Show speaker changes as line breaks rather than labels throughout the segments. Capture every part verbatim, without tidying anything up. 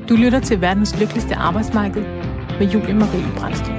Du lytter til verdens lykkeligste arbejdsmarked med Julie Marie Brandstrup.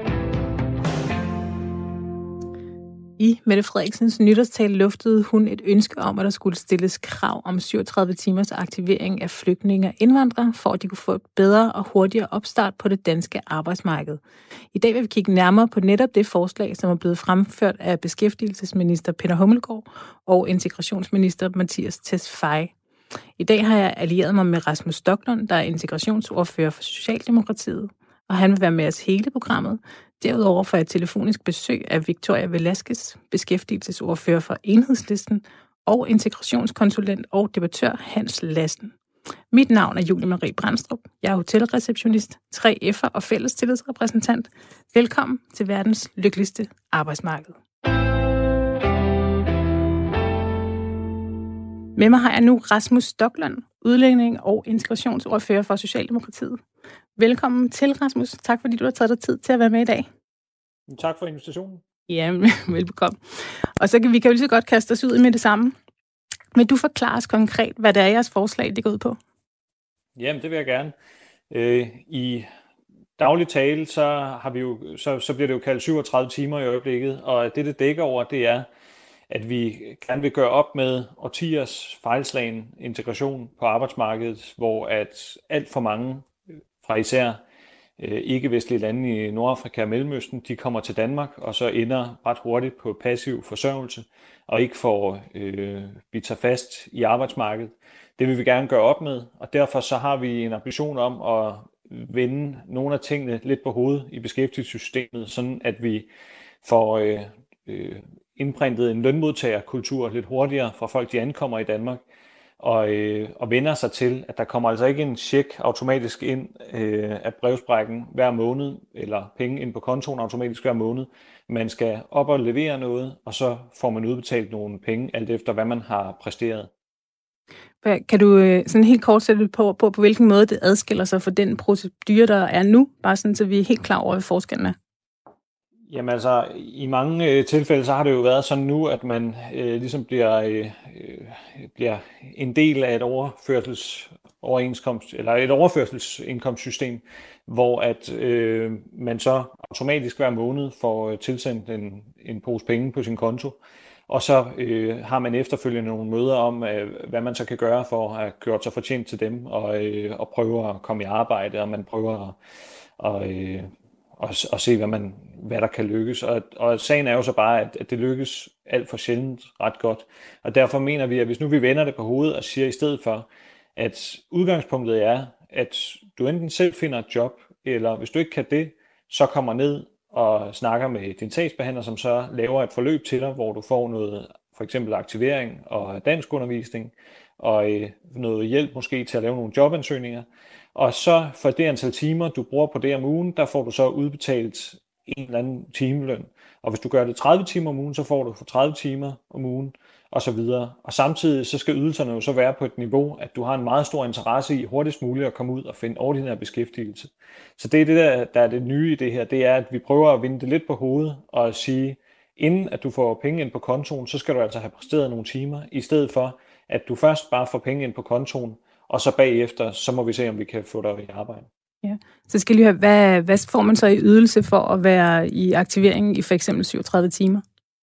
I Mette Frederiksens nytårstale luftede hun et ønske om, at der skulle stilles krav om syvogtredive timers aktivering af flygtninge og indvandrere, for at de kunne få et bedre og hurtigere opstart på det danske arbejdsmarked. I dag vil vi kigge nærmere på netop det forslag, som er blevet fremført af beskæftigelsesminister Peter Hummelgaard og integrationsminister Mattias Tesfaye. I dag har jeg allieret mig med Rasmus Stoklund, der er integrationsordfører for Socialdemokratiet, og han vil være med os hele programmet. Derudover får jeg telefonisk besøg af Victoria Velasquez, beskæftigelsesordfører for Enhedslisten, og integrationskonsulent og debattør Hans Lassen. Mit navn er Julie Marie Brandstrup. Jeg er hotelreceptionist, tre F'er og fælles tillidsrepræsentant. Velkommen til verdens lykkeligste arbejdsmarked. Med mig har jeg nu Rasmus Stoklund, udlænding og integrationsordfører for Socialdemokratiet. Velkommen til, Rasmus. Tak fordi du har taget dig tid til at være med i dag.
Tak for invitationen.
Ja, velbekomme. Og så kan vi kan jo lige så godt kaste os ud med det samme. Men du forklarer os konkret, hvad det er, jeres forslag det går ud på.
Jamen, det vil jeg gerne. Øh, I daglig tale, så, har vi jo, så, så bliver det jo kaldt syvogtredive timer i øjeblikket, og det, det dækker over, det er, at vi gerne vil gøre op med årtiers fejlslagen integration på arbejdsmarkedet, hvor at alt for mange fra især øh, ikke-vestlige lande i Nordafrika og Mellemøsten, de kommer til Danmark og så ender ret hurtigt på passiv forsørgelse og ikke får øh, bidt sig fast i arbejdsmarkedet. Det vil vi gerne gøre op med, og derfor så har vi en ambition om at vende nogle af tingene lidt på hovedet i beskæftigelsessystemet, sådan at vi får øh, øh, indprintet en lønmodtagerkultur lidt hurtigere fra folk, de ankommer i Danmark, og, øh, og vender sig til, at der kommer altså ikke en check automatisk ind øh, af brevsprækken hver måned, eller penge ind på kontoen automatisk hver måned. Man skal op og levere noget, og så får man udbetalt nogle penge, alt efter hvad man har præsteret.
Kan du øh, sådan helt kort sætte på, på, på, hvilken måde det adskiller sig fra den procedure, der er nu? Bare sådan, så vi er helt klar over, hvad forskellen er.
Jamen altså, i mange øh, tilfælde, så har det jo været sådan nu, at man øh, ligesom bliver, øh, bliver en del af et overførselsoverenskomst, eller et overførselsindkomstsystem, hvor at øh, man så automatisk hver måned får tilsendt en, en pose penge på sin konto, og så øh, har man efterfølgende nogle møder om, øh, hvad man så kan gøre for at have gjort sig fortjent til dem, og, øh, og prøve at komme i arbejde, og man prøver at og, øh, og, og se, hvad, man, hvad der kan lykkes. Og, og sagen er jo så bare, at, at det lykkes alt for sjældent ret godt. Og derfor mener vi, at hvis nu vi vender det på hovedet og siger i stedet for, at udgangspunktet er, at du enten selv finder et job, eller hvis du ikke kan det, så kommer ned og snakker med din sagsbehandler, som så laver et forløb til dig, hvor du får noget, for eksempel aktivering og danskundervisning, og øh, noget hjælp måske til at lave nogle jobansøgninger. Og så for det antal timer, du bruger på det om ugen, der får du så udbetalt en eller anden timeløn. Og hvis du gør det tredive timer om ugen, så får du for tredive timer om ugen, og så videre. Og samtidig så skal ydelserne jo så være på et niveau, at du har en meget stor interesse i hurtigst muligt at komme ud og finde ordinær beskæftigelse. Så det er det, der, der er det nye i det her, det er, at vi prøver at vinde det lidt på hovedet og sige, inden at du får penge ind på kontoen, så skal du altså have præsteret nogle timer, i stedet for, at du først bare får penge ind på kontoen, og så bagefter, så må vi se, om vi kan få dig i arbejde.
Ja. Så skal jeg høre, hvad, hvad får man så i ydelse for at være i aktivering i for eksempel syvogtredive timer?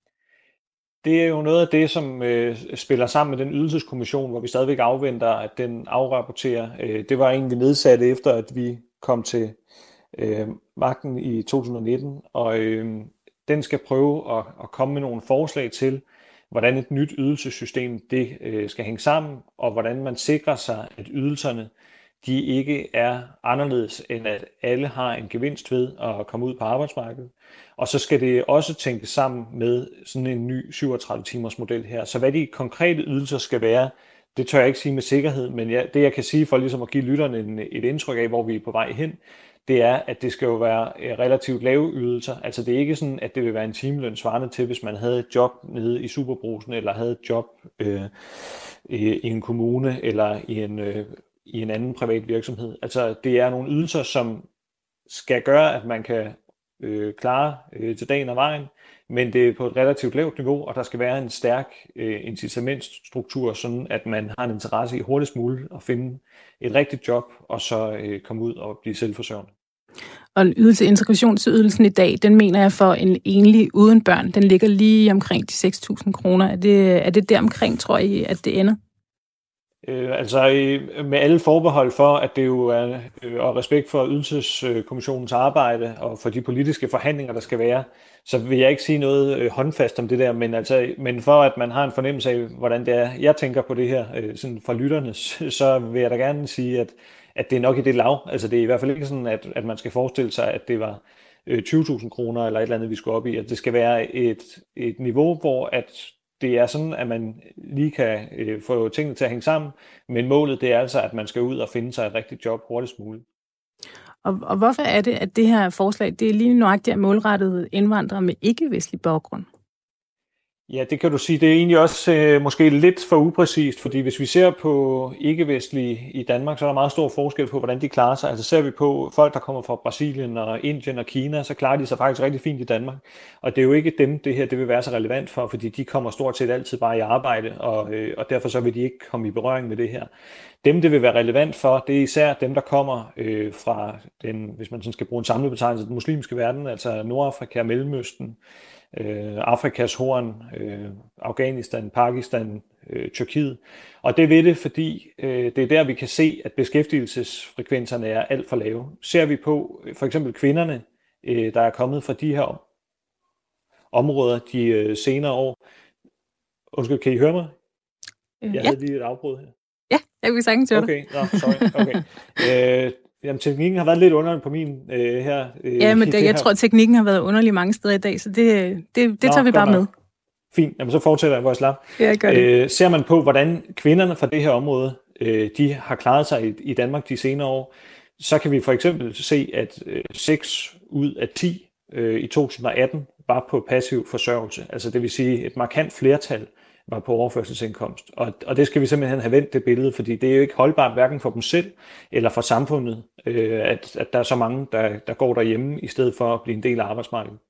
Det er jo noget af det, som øh, spiller sammen med den ydelseskommission, hvor vi stadigvæk afventer, at den afrapporterer. Øh, det var egentlig nedsat efter, at vi kom til øh, magten i to tusind nitten, og øh, den skal prøve at, at komme med nogle forslag til, hvordan et nyt ydelsessystem det øh, skal hænge sammen, og hvordan man sikrer sig, at ydelserne de ikke er anderledes, end at alle har en gevinst ved at komme ud på arbejdsmarkedet. Og så skal det også tænkes sammen med sådan en ny syvogtredive timers model her. Så hvad de konkrete ydelser skal være, det tør jeg ikke sige med sikkerhed, men ja, det jeg kan sige for ligesom at give lytterne en, et indtryk af, hvor vi er på vej hen, det er, at det skal jo være relativt lave ydelser. Altså det er ikke sådan, at det vil være en timeløn svarende til, hvis man havde et job nede i Superbrugsen, eller havde et job øh, i, i en kommune, eller i en, øh, i en anden privat virksomhed. Altså det er nogle ydelser, som skal gøre, at man kan øh, klare øh, til dagen og vejen, men det er på et relativt lavt niveau, og der skal være en stærk øh, incitamentsstruktur, sådan at man har en interesse i hurtigst muligt at finde et rigtigt job, og så øh, komme ud og blive selvforsørgende.
Og ydelse, integrationsydelsen i dag, den mener jeg for en enlig uden børn, den ligger lige omkring de seks tusind kroner. Er det, er det der omkring, tror I, at det ender?
Øh, altså med alle forbehold for, at det jo er, øh, og respekt for ydelseskommissionens arbejde og for de politiske forhandlinger, der skal være, så vil jeg ikke sige noget øh, håndfast om det der, men, altså, men for at man har en fornemmelse af, hvordan det er, jeg tænker på det her, øh, sådan fra lytterne, så vil jeg da gerne sige, at, at det er nok i det lav. Altså det er i hvert fald ikke sådan, at, at man skal forestille sig, at det var øh, tyve tusind kroner eller et eller andet, vi skulle op i. At det skal være et, et niveau, hvor at det er sådan, at man lige kan øh, få tingene til at hænge sammen, men målet det er altså, at man skal ud og finde sig et rigtigt job hurtigst muligt.
Og, og hvorfor er det, at det her forslag, det er lige nøjagtigt målrettet indvandrere med ikke-vestlig baggrund?
Ja, det kan du sige. Det er egentlig også øh, måske lidt for upræcist, fordi hvis vi ser på ikke-vestlige i Danmark, så er der meget stor forskel på, hvordan de klarer sig. Altså ser vi på folk, der kommer fra Brasilien og Indien og Kina, så klarer de sig faktisk rigtig fint i Danmark. Og det er jo ikke dem, det her det vil være så relevant for, fordi de kommer stort set altid bare i arbejde, og, øh, og derfor så vil de ikke komme i berøring med det her. Dem, det vil være relevant for, det er især dem, der kommer øh, fra den, hvis man sådan skal bruge en samlet betegnelse, den muslimske verden, altså Nordafrika og Mellemøsten, Øh, Afrikas Horn, øh, Afghanistan, Pakistan, øh, Tyrkiet. Og det ved det, fordi øh, det er der, vi kan se, at beskæftigelsesfrekvenserne er alt for lave. Ser vi på for eksempel kvinderne, øh, der er kommet fra de her områder de øh, senere år. Undskyld, kan I høre mig?
Øh,
Jeg
ja.
havde lige et afbrud her.
Ja, jeg vil sagtens høre
Okay, no, sorry. Okay. øh, Jamen, teknikken har været lidt underlig på min øh, her. Øh,
ja, men det,
det
jeg
her.
tror, at teknikken har været underlig mange steder i dag, så det, det, det Nå, tager vi bare med.
Fint, jamen så fortsætter jeg, hvor jeg slap.
Ja, gør det.
Øh, ser man på, hvordan kvinderne fra det her område, øh, de har klaret sig i, i Danmark de senere år, så kan vi for eksempel se, at øh, seks ud af ti øh, i to tusind og atten var på passiv forsørgelse. Altså det vil sige et markant flertal var på overførselsindkomst. Og, og det skal vi simpelthen have vendt det billede, fordi det er jo ikke holdbart hverken for dem selv eller for samfundet, øh, at, at der er så mange, der, der går derhjemme, i stedet for at blive en del af arbejdsmarkedet.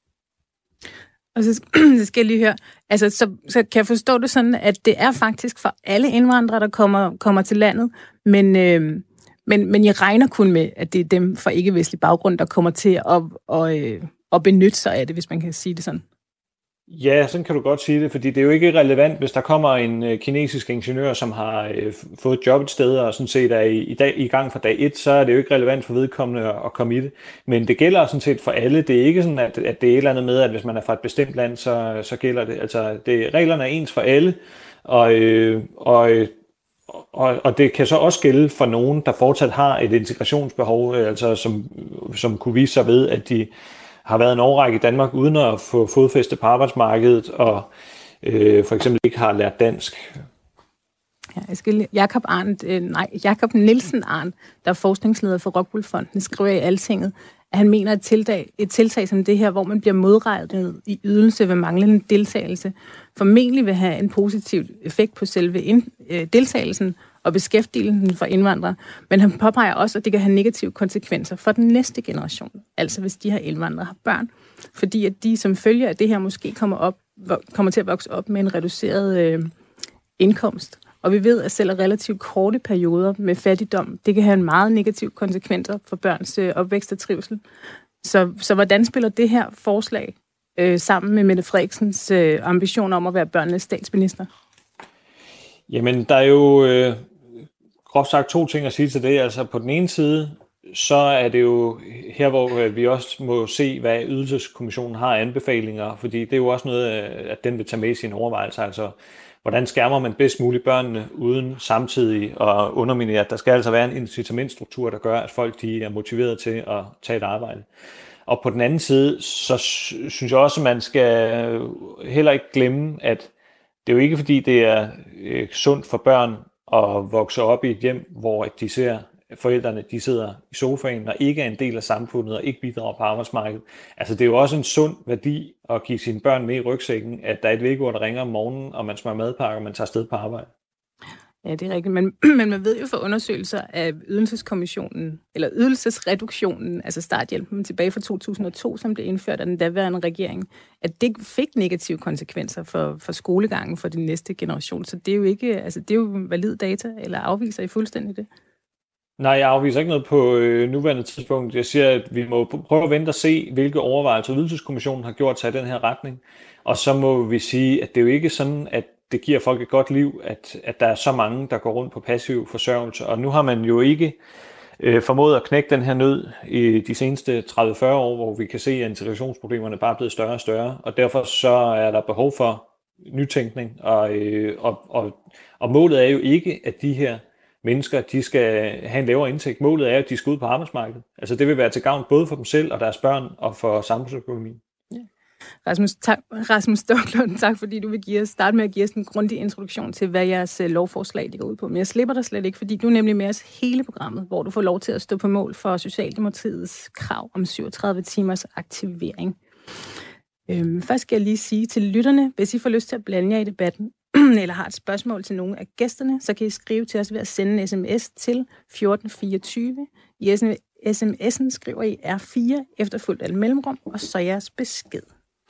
Og så, så skal jeg lige høre, altså så, så kan jeg forstå det sådan, at det er faktisk for alle indvandrere, der kommer, kommer til landet, men, øh, men, men jeg regner kun med, at det er dem fra ikke-vestlig baggrund, der kommer til at, og, øh, at benytte sig af det, hvis man kan sige det sådan.
Ja, sådan kan du godt sige det, fordi det er jo ikke relevant, hvis der kommer en øh, kinesisk ingeniør, som har øh, fået job et sted, og sådan set er i, i, dag, i gang fra dag et, så er det jo ikke relevant for vedkommende at, at komme i det. Men det gælder sådan set for alle. Det er ikke sådan, at, at det er et eller andet med, at hvis man er fra et bestemt land, så, så gælder det. Altså, det, reglerne er ens for alle, og, øh, og, og, og det kan så også gælde for nogen, der fortsat har et integrationsbehov, altså som, som kunne vise sig ved, at de har været en årrække i Danmark uden at få fodfæste på arbejdsmarkedet, og øh, for eksempel ikke har lært dansk.
Ja, jeg skal, Jakob Arndt, øh, nej, Jakob Nielsen Arndt, der er forskningsleder for Rockwool Fonden, skriver i Altinget, at han mener, at tiltag, et tiltag som det her, hvor man bliver modregnet i ydelse ved manglende deltagelse, formentlig vil have en positiv effekt på selve ind, øh, deltagelsen og beskæftigelsen for indvandrere. Men han påpeger også, at det kan have negative konsekvenser for den næste generation. Altså hvis de her indvandrere har børn. Fordi at de som følger af det her måske kommer, op, kommer til at vokse op med en reduceret øh, indkomst. Og vi ved, at selv relativt korte perioder med fattigdom, det kan have en meget negativ konsekvenser for børns øh, opvækst og trivsel. Så, så hvordan spiller det her forslag øh, sammen med Mette Frederiksens øh, ambition om at være børnenes statsminister?
Jamen, der er jo øh, groft sagt to ting at sige til det. Altså på den ene side, så er det jo her, hvor øh, vi også må se, hvad Ydelseskommissionen har anbefalinger, fordi det er jo også noget, at den vil tage med i sine overvejelser. Altså, hvordan skærmer man bedst muligt børnene, uden samtidig at underminere, at der skal altså være en incitamentstruktur, der gør, at folk de er motiveret til at tage et arbejde. Og på den anden side, så synes jeg også, at man skal heller ikke glemme, at det er jo ikke fordi, det er øh, sundt for børn at vokse op i et hjem, hvor de ser forældrene, de sidder i sofaen og ikke er en del af samfundet og ikke bidrager på arbejdsmarkedet. Altså det er jo også en sund værdi at give sine børn med i rygsækken, at der er et vækkeur, der ringer om morgenen, og man smører madpakker, og man tager afsted på arbejde.
Ja, det er rigtigt, men, men man ved jo fra undersøgelser af ydelseskommissionen, eller ydelsesreduktionen, altså starthjælpen tilbage fra to tusind og to, som blev indført af den daværende regering, at det fik negative konsekvenser for, for skolegangen for den næste generation. Så det er jo ikke, altså det er jo valid data, eller afviser I fuldstændig det?
Nej, jeg afviser ikke noget på øh, nuværende tidspunkt. Jeg siger, at vi må prøve at vente og se, hvilke overvejelser Ydelseskommissionen har gjort sig i den her retning. Og så må vi sige, at det er jo ikke sådan, at det giver folk et godt liv, at, at der er så mange, der går rundt på passiv forsørgelse. Og nu har man jo ikke øh, formået at knække den her nød i de seneste tredive til fyrre år, hvor vi kan se, at integrationsproblemerne bare er blevet større og større. Og derfor så er der behov for nytænkning. Og, øh, og, og, og målet er jo ikke, at de her mennesker, de skal have en lavere indtægt. Målet er, at de skal ud på arbejdsmarkedet. Altså det vil være til gavn både for dem selv og deres børn og for samfundsøkonomien.
Ja. Rasmus, tak, Rasmus Stoklund, tak fordi du vil give os, starte med at give os en grundig introduktion til, hvad jeres lovforslag det går ud på. Men jeg slipper dig slet ikke, fordi du er nemlig med os hele programmet, hvor du får lov til at stå på mål for Socialdemokratiets krav om syvogtredive timers aktivering. Øhm, først skal jeg lige sige til lytterne, hvis I får lyst til at blande jer i debatten, eller har et spørgsmål til nogle af gæsterne, så kan I skrive til os ved at sende en sms til fjorten fireogtyve. I sms'en skriver I R fire efterfulgt af mellemrum, og så jeres besked.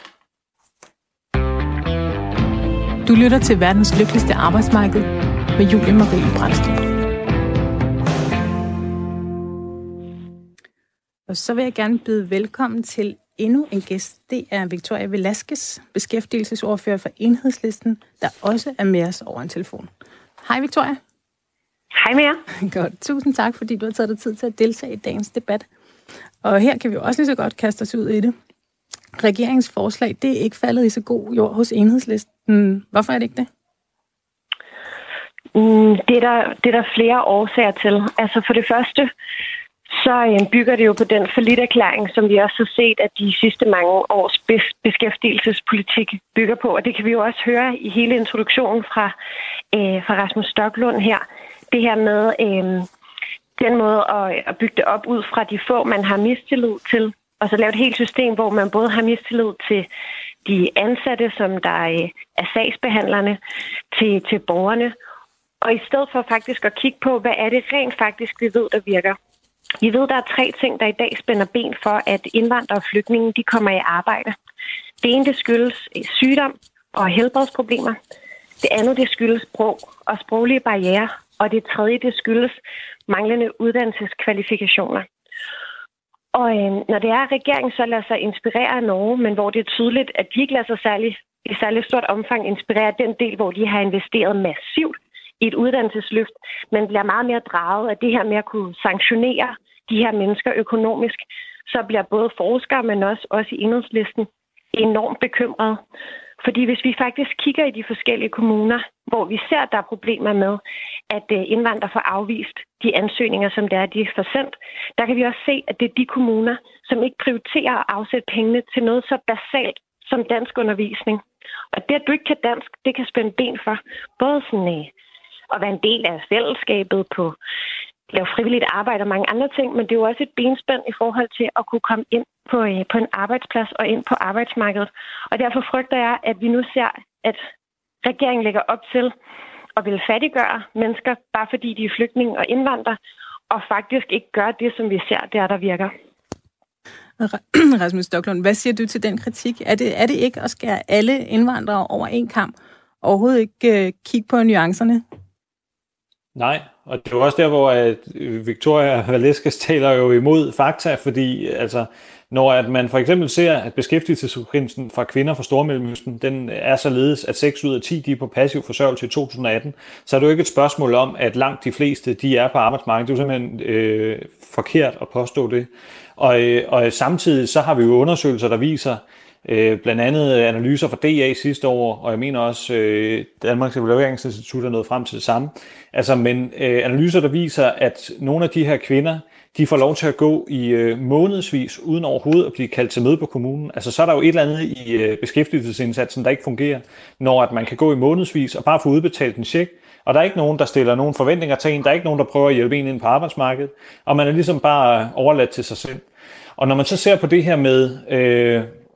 Du lytter til verdens lykkeligste arbejdsmarked med Julie Marie Brandstrup. Og så vil jeg gerne byde velkommen til endnu en gæst. Det er Victoria Velasquez, beskæftigelsesordfører for Enhedslisten, der også er med os over en telefon. Hej Victoria.
Hej med jer.
Godt. Tusind tak, fordi du har taget dig tid til at deltage i dagens debat. Og her kan vi jo også lige så godt kaste os ud i det. Regeringens forslag, det er ikke faldet i så god jord hos Enhedslisten. Hvorfor er det ikke det?
Mm, det, er der, det er der flere årsager til. Altså for det første, så bygger det jo på den falliterklæring, som vi også har set, at de sidste mange års beskæftigelsespolitik bygger på. Og det kan vi jo også høre i hele introduktionen fra, øh, fra Rasmus Stoklund her. Det her med øh, den måde at, at bygge det op ud fra de få, man har mistillid til, og så lave et helt system, hvor man både har mistillid til de ansatte, som der er sagsbehandlerne, til, til borgerne. Og i stedet for faktisk at kigge på, hvad er det rent faktisk, vi ved, der virker. Vi ved, der er tre ting, der i dag spænder ben for, at indvandrere og flygtninge de kommer i arbejde. Det ene, det skyldes sygdom og helbredsproblemer. Det andet, det skyldes sprog og sproglige barrierer. Og det tredje, det skyldes manglende uddannelseskvalifikationer. Og øh, når det er, at regeringen så lader sig inspirere af Norge, men hvor det er tydeligt, at de ikke lader sig særlig, i særlig stort omfang inspirere den del, hvor de har investeret massivt i et uddannelsesløft, men bliver meget mere draget af det her med at kunne sanktionere de her mennesker økonomisk, så bliver både forskere, men også, også i Enhedslisten enormt bekymrede. Fordi hvis vi faktisk kigger i de forskellige kommuner, hvor vi ser, at der er problemer med, at indvandrere får afvist de ansøgninger, som der er, de får sendt, der kan vi også se, at det er de kommuner, som ikke prioriterer at afsætte pengene til noget så basalt som dansk undervisning. Og det, at du ikke kan dansk, det kan spænde ben for både sådan at være en del af fællesskabet på lave frivilligt arbejde og mange andre ting, men det er jo også et benspænd i forhold til at kunne komme ind på, på en arbejdsplads og ind på arbejdsmarkedet. Og derfor frygter jeg, at vi nu ser, at regeringen lægger op til at ville fattiggøre mennesker, bare fordi de er flygtninge og indvandrere, og faktisk ikke gør det, som vi ser, der der virker.
Rasmus Stoklund, hvad siger du til den kritik? Er det, er det ikke at skære alle indvandrere over en kam? Overhovedet ikke uh, kigge på nuancerne? Nej,
og det er jo også der, hvor at Victoria Velasquez taler jo imod fakta, fordi altså, når at man for eksempel ser, at beskæftigelsesfrekvensen fra kvinder fra Stormellemøsten, den er således, at seks ud af ti de er på passiv forsørgelse i to tusind og atten, så er det jo ikke et spørgsmål om, at langt de fleste de er på arbejdsmarkedet. Det er jo simpelthen øh, forkert at påstå det. Og, øh, og samtidig så har vi jo undersøgelser, der viser, Øh, blandt andet analyser fra D A sidste år, og jeg mener også øh, Danmarks Evalueringsinstitut er nået frem til det samme. Altså, men øh, analyser, der viser, at nogle af de her kvinder, de får lov til at gå i øh, månedsvis, uden overhovedet at blive kaldt til møde på kommunen. Altså, så er der jo et eller andet i øh, beskæftigelsesindsatsen, der ikke fungerer, når at man kan gå i månedsvis og bare få udbetalt en check, og der er ikke nogen, der stiller nogen forventninger til en, der er ikke nogen, der prøver at hjælpe en ind på arbejdsmarkedet, og man er ligesom bare overladt til sig selv. Og når man så ser på det her med... Øh,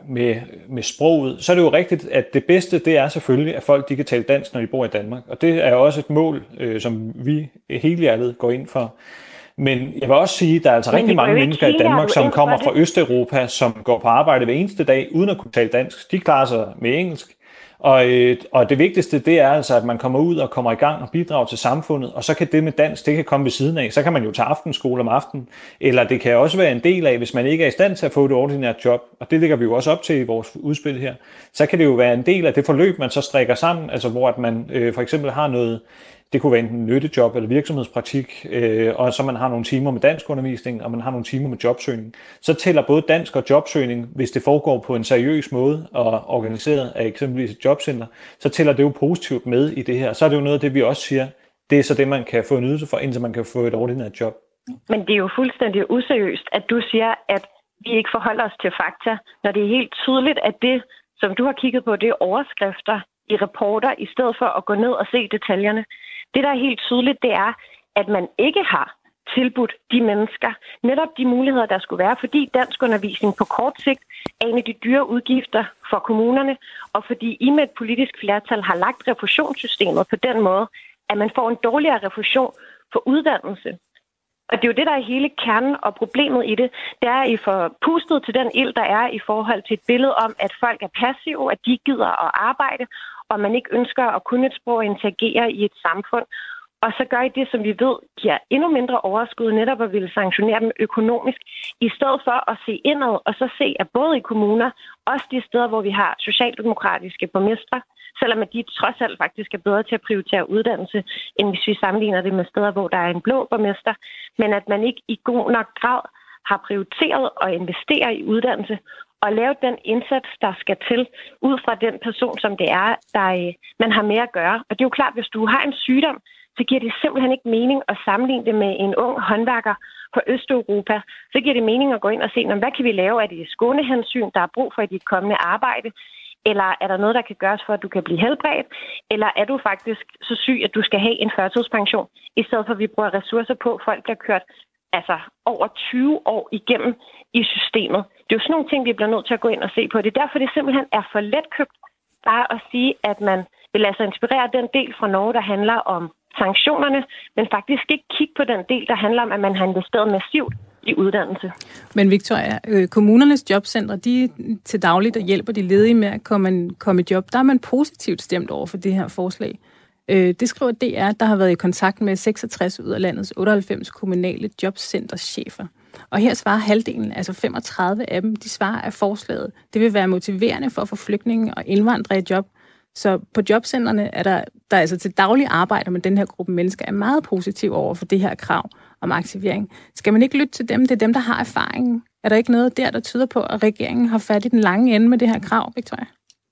med, med sproget, så er det jo rigtigt, at det bedste, det er selvfølgelig, at folk de kan tale dansk, når de bor i Danmark. Og det er også et mål, øh, som vi helhjertet går ind for. Men jeg vil også sige, at der er altså rigtig mange mennesker i Danmark, som kommer fra Østeuropa, som går på arbejde hver eneste dag, uden at kunne tale dansk. De klarer sig med engelsk. Og, øh, og det vigtigste, det er altså, at man kommer ud og kommer i gang og bidrager til samfundet, og så kan det med dansk, det kan komme ved siden af. Så kan man jo tage aftenskole om aftenen, eller det kan også være en del af, hvis man ikke er i stand til at få et ordinært job, og det ligger vi jo også op til i vores udspil her, så kan det jo være en del af det forløb, man så strikker sammen, altså hvor at man øh, for eksempel har noget, det kunne være enten nyttejob eller virksomhedspraktik, øh, og så man har nogle timer med danskundervisning, og man har nogle timer med jobsøgning. Så tæller både dansk og jobsøgning, hvis det foregår på en seriøs måde og organiseret af eksempelvis et jobcenter, så tæller det jo positivt med i det her. Så er det jo noget af det, vi også siger, det er så det, man kan få en ydelse for, indtil man kan få et ordinært job.
Men det er jo fuldstændig useriøst, at du siger, at vi ikke forholder os til fakta, når det er helt tydeligt, at det, som du har kigget på, det er overskrifter i rapporter, i stedet for at gå ned og se detaljerne. Det, der er helt tydeligt, det er, at man ikke har tilbudt de mennesker netop de muligheder, der skulle være, fordi danskundervisning på kort sigt er en af de dyre udgifter for kommunerne, og fordi I med et politisk flertal har lagt refusionssystemet på den måde, at man får en dårligere refusion for uddannelse. Og det er jo det, der er hele kernen og problemet i det. Det er, at I får pustet til den ild, der er i forhold til et billede om, at folk er passive, at de gider at arbejde, og man ikke ønsker at kunne et sprog og interagere i et samfund. Og så gør I det, som vi ved, giver endnu mindre overskud, netop at ville sanktionere dem økonomisk, i stedet for at se indad, og så se, at både i kommuner, også de steder, hvor vi har socialdemokratiske borgmestre, selvom at de trods alt faktisk er bedre til at prioritere uddannelse, end hvis vi sammenligner det med steder, hvor der er en blå borgmester, men at man ikke i god nok grad har prioriteret at investere i uddannelse, og lave den indsats, der skal til, ud fra den person, som det er, der man har med at gøre. Og det er jo klart, hvis du har en sygdom, så giver det simpelthen ikke mening at sammenligne det med en ung håndværker fra Østeuropa. Så giver det mening at gå ind og se, hvad kan vi lave? Er det skånehensyn, der er brug for i dit kommende arbejde? Eller er der noget, der kan gøres for, at du kan blive helbredt? Eller er du faktisk så syg, at du skal have en førtidspension, i stedet for at vi bruger ressourcer på, at folk bliver kørt altså over tyve år igennem i systemet. Det er jo sådan nogle ting, vi bliver nødt til at gå ind og se på. Det er derfor, det simpelthen er for letkøbt bare at sige, at man vil lade sig inspirere den del fra Norge, der handler om sanktionerne, men faktisk ikke kigge på den del, der handler om, at man har investeret massivt i uddannelse. Men
Victoria, øh, kommunernes jobcentre, de til dagligt og hjælper de ledige med at komme, komme i job. Der er man positivt stemt over for det her forslag. Øh, det skriver D R, der har været i kontakt med seksogtres ud af landets otteoghalvfems kommunale jobcenterchefer. Og her svarer halvdelen, altså femogtredive af dem, de svarer af forslaget. Det vil være motiverende for at få flygtninge og indvandrere i job. Så på jobcentrene er der, der altså til daglig arbejder med den her gruppe mennesker, er meget positiv over for det her krav om aktivering. Skal man ikke lytte til dem? Det er dem, der har erfaringen. Er der ikke noget der, der tyder på, at regeringen har fat i den lange ende med det her krav, Victoria?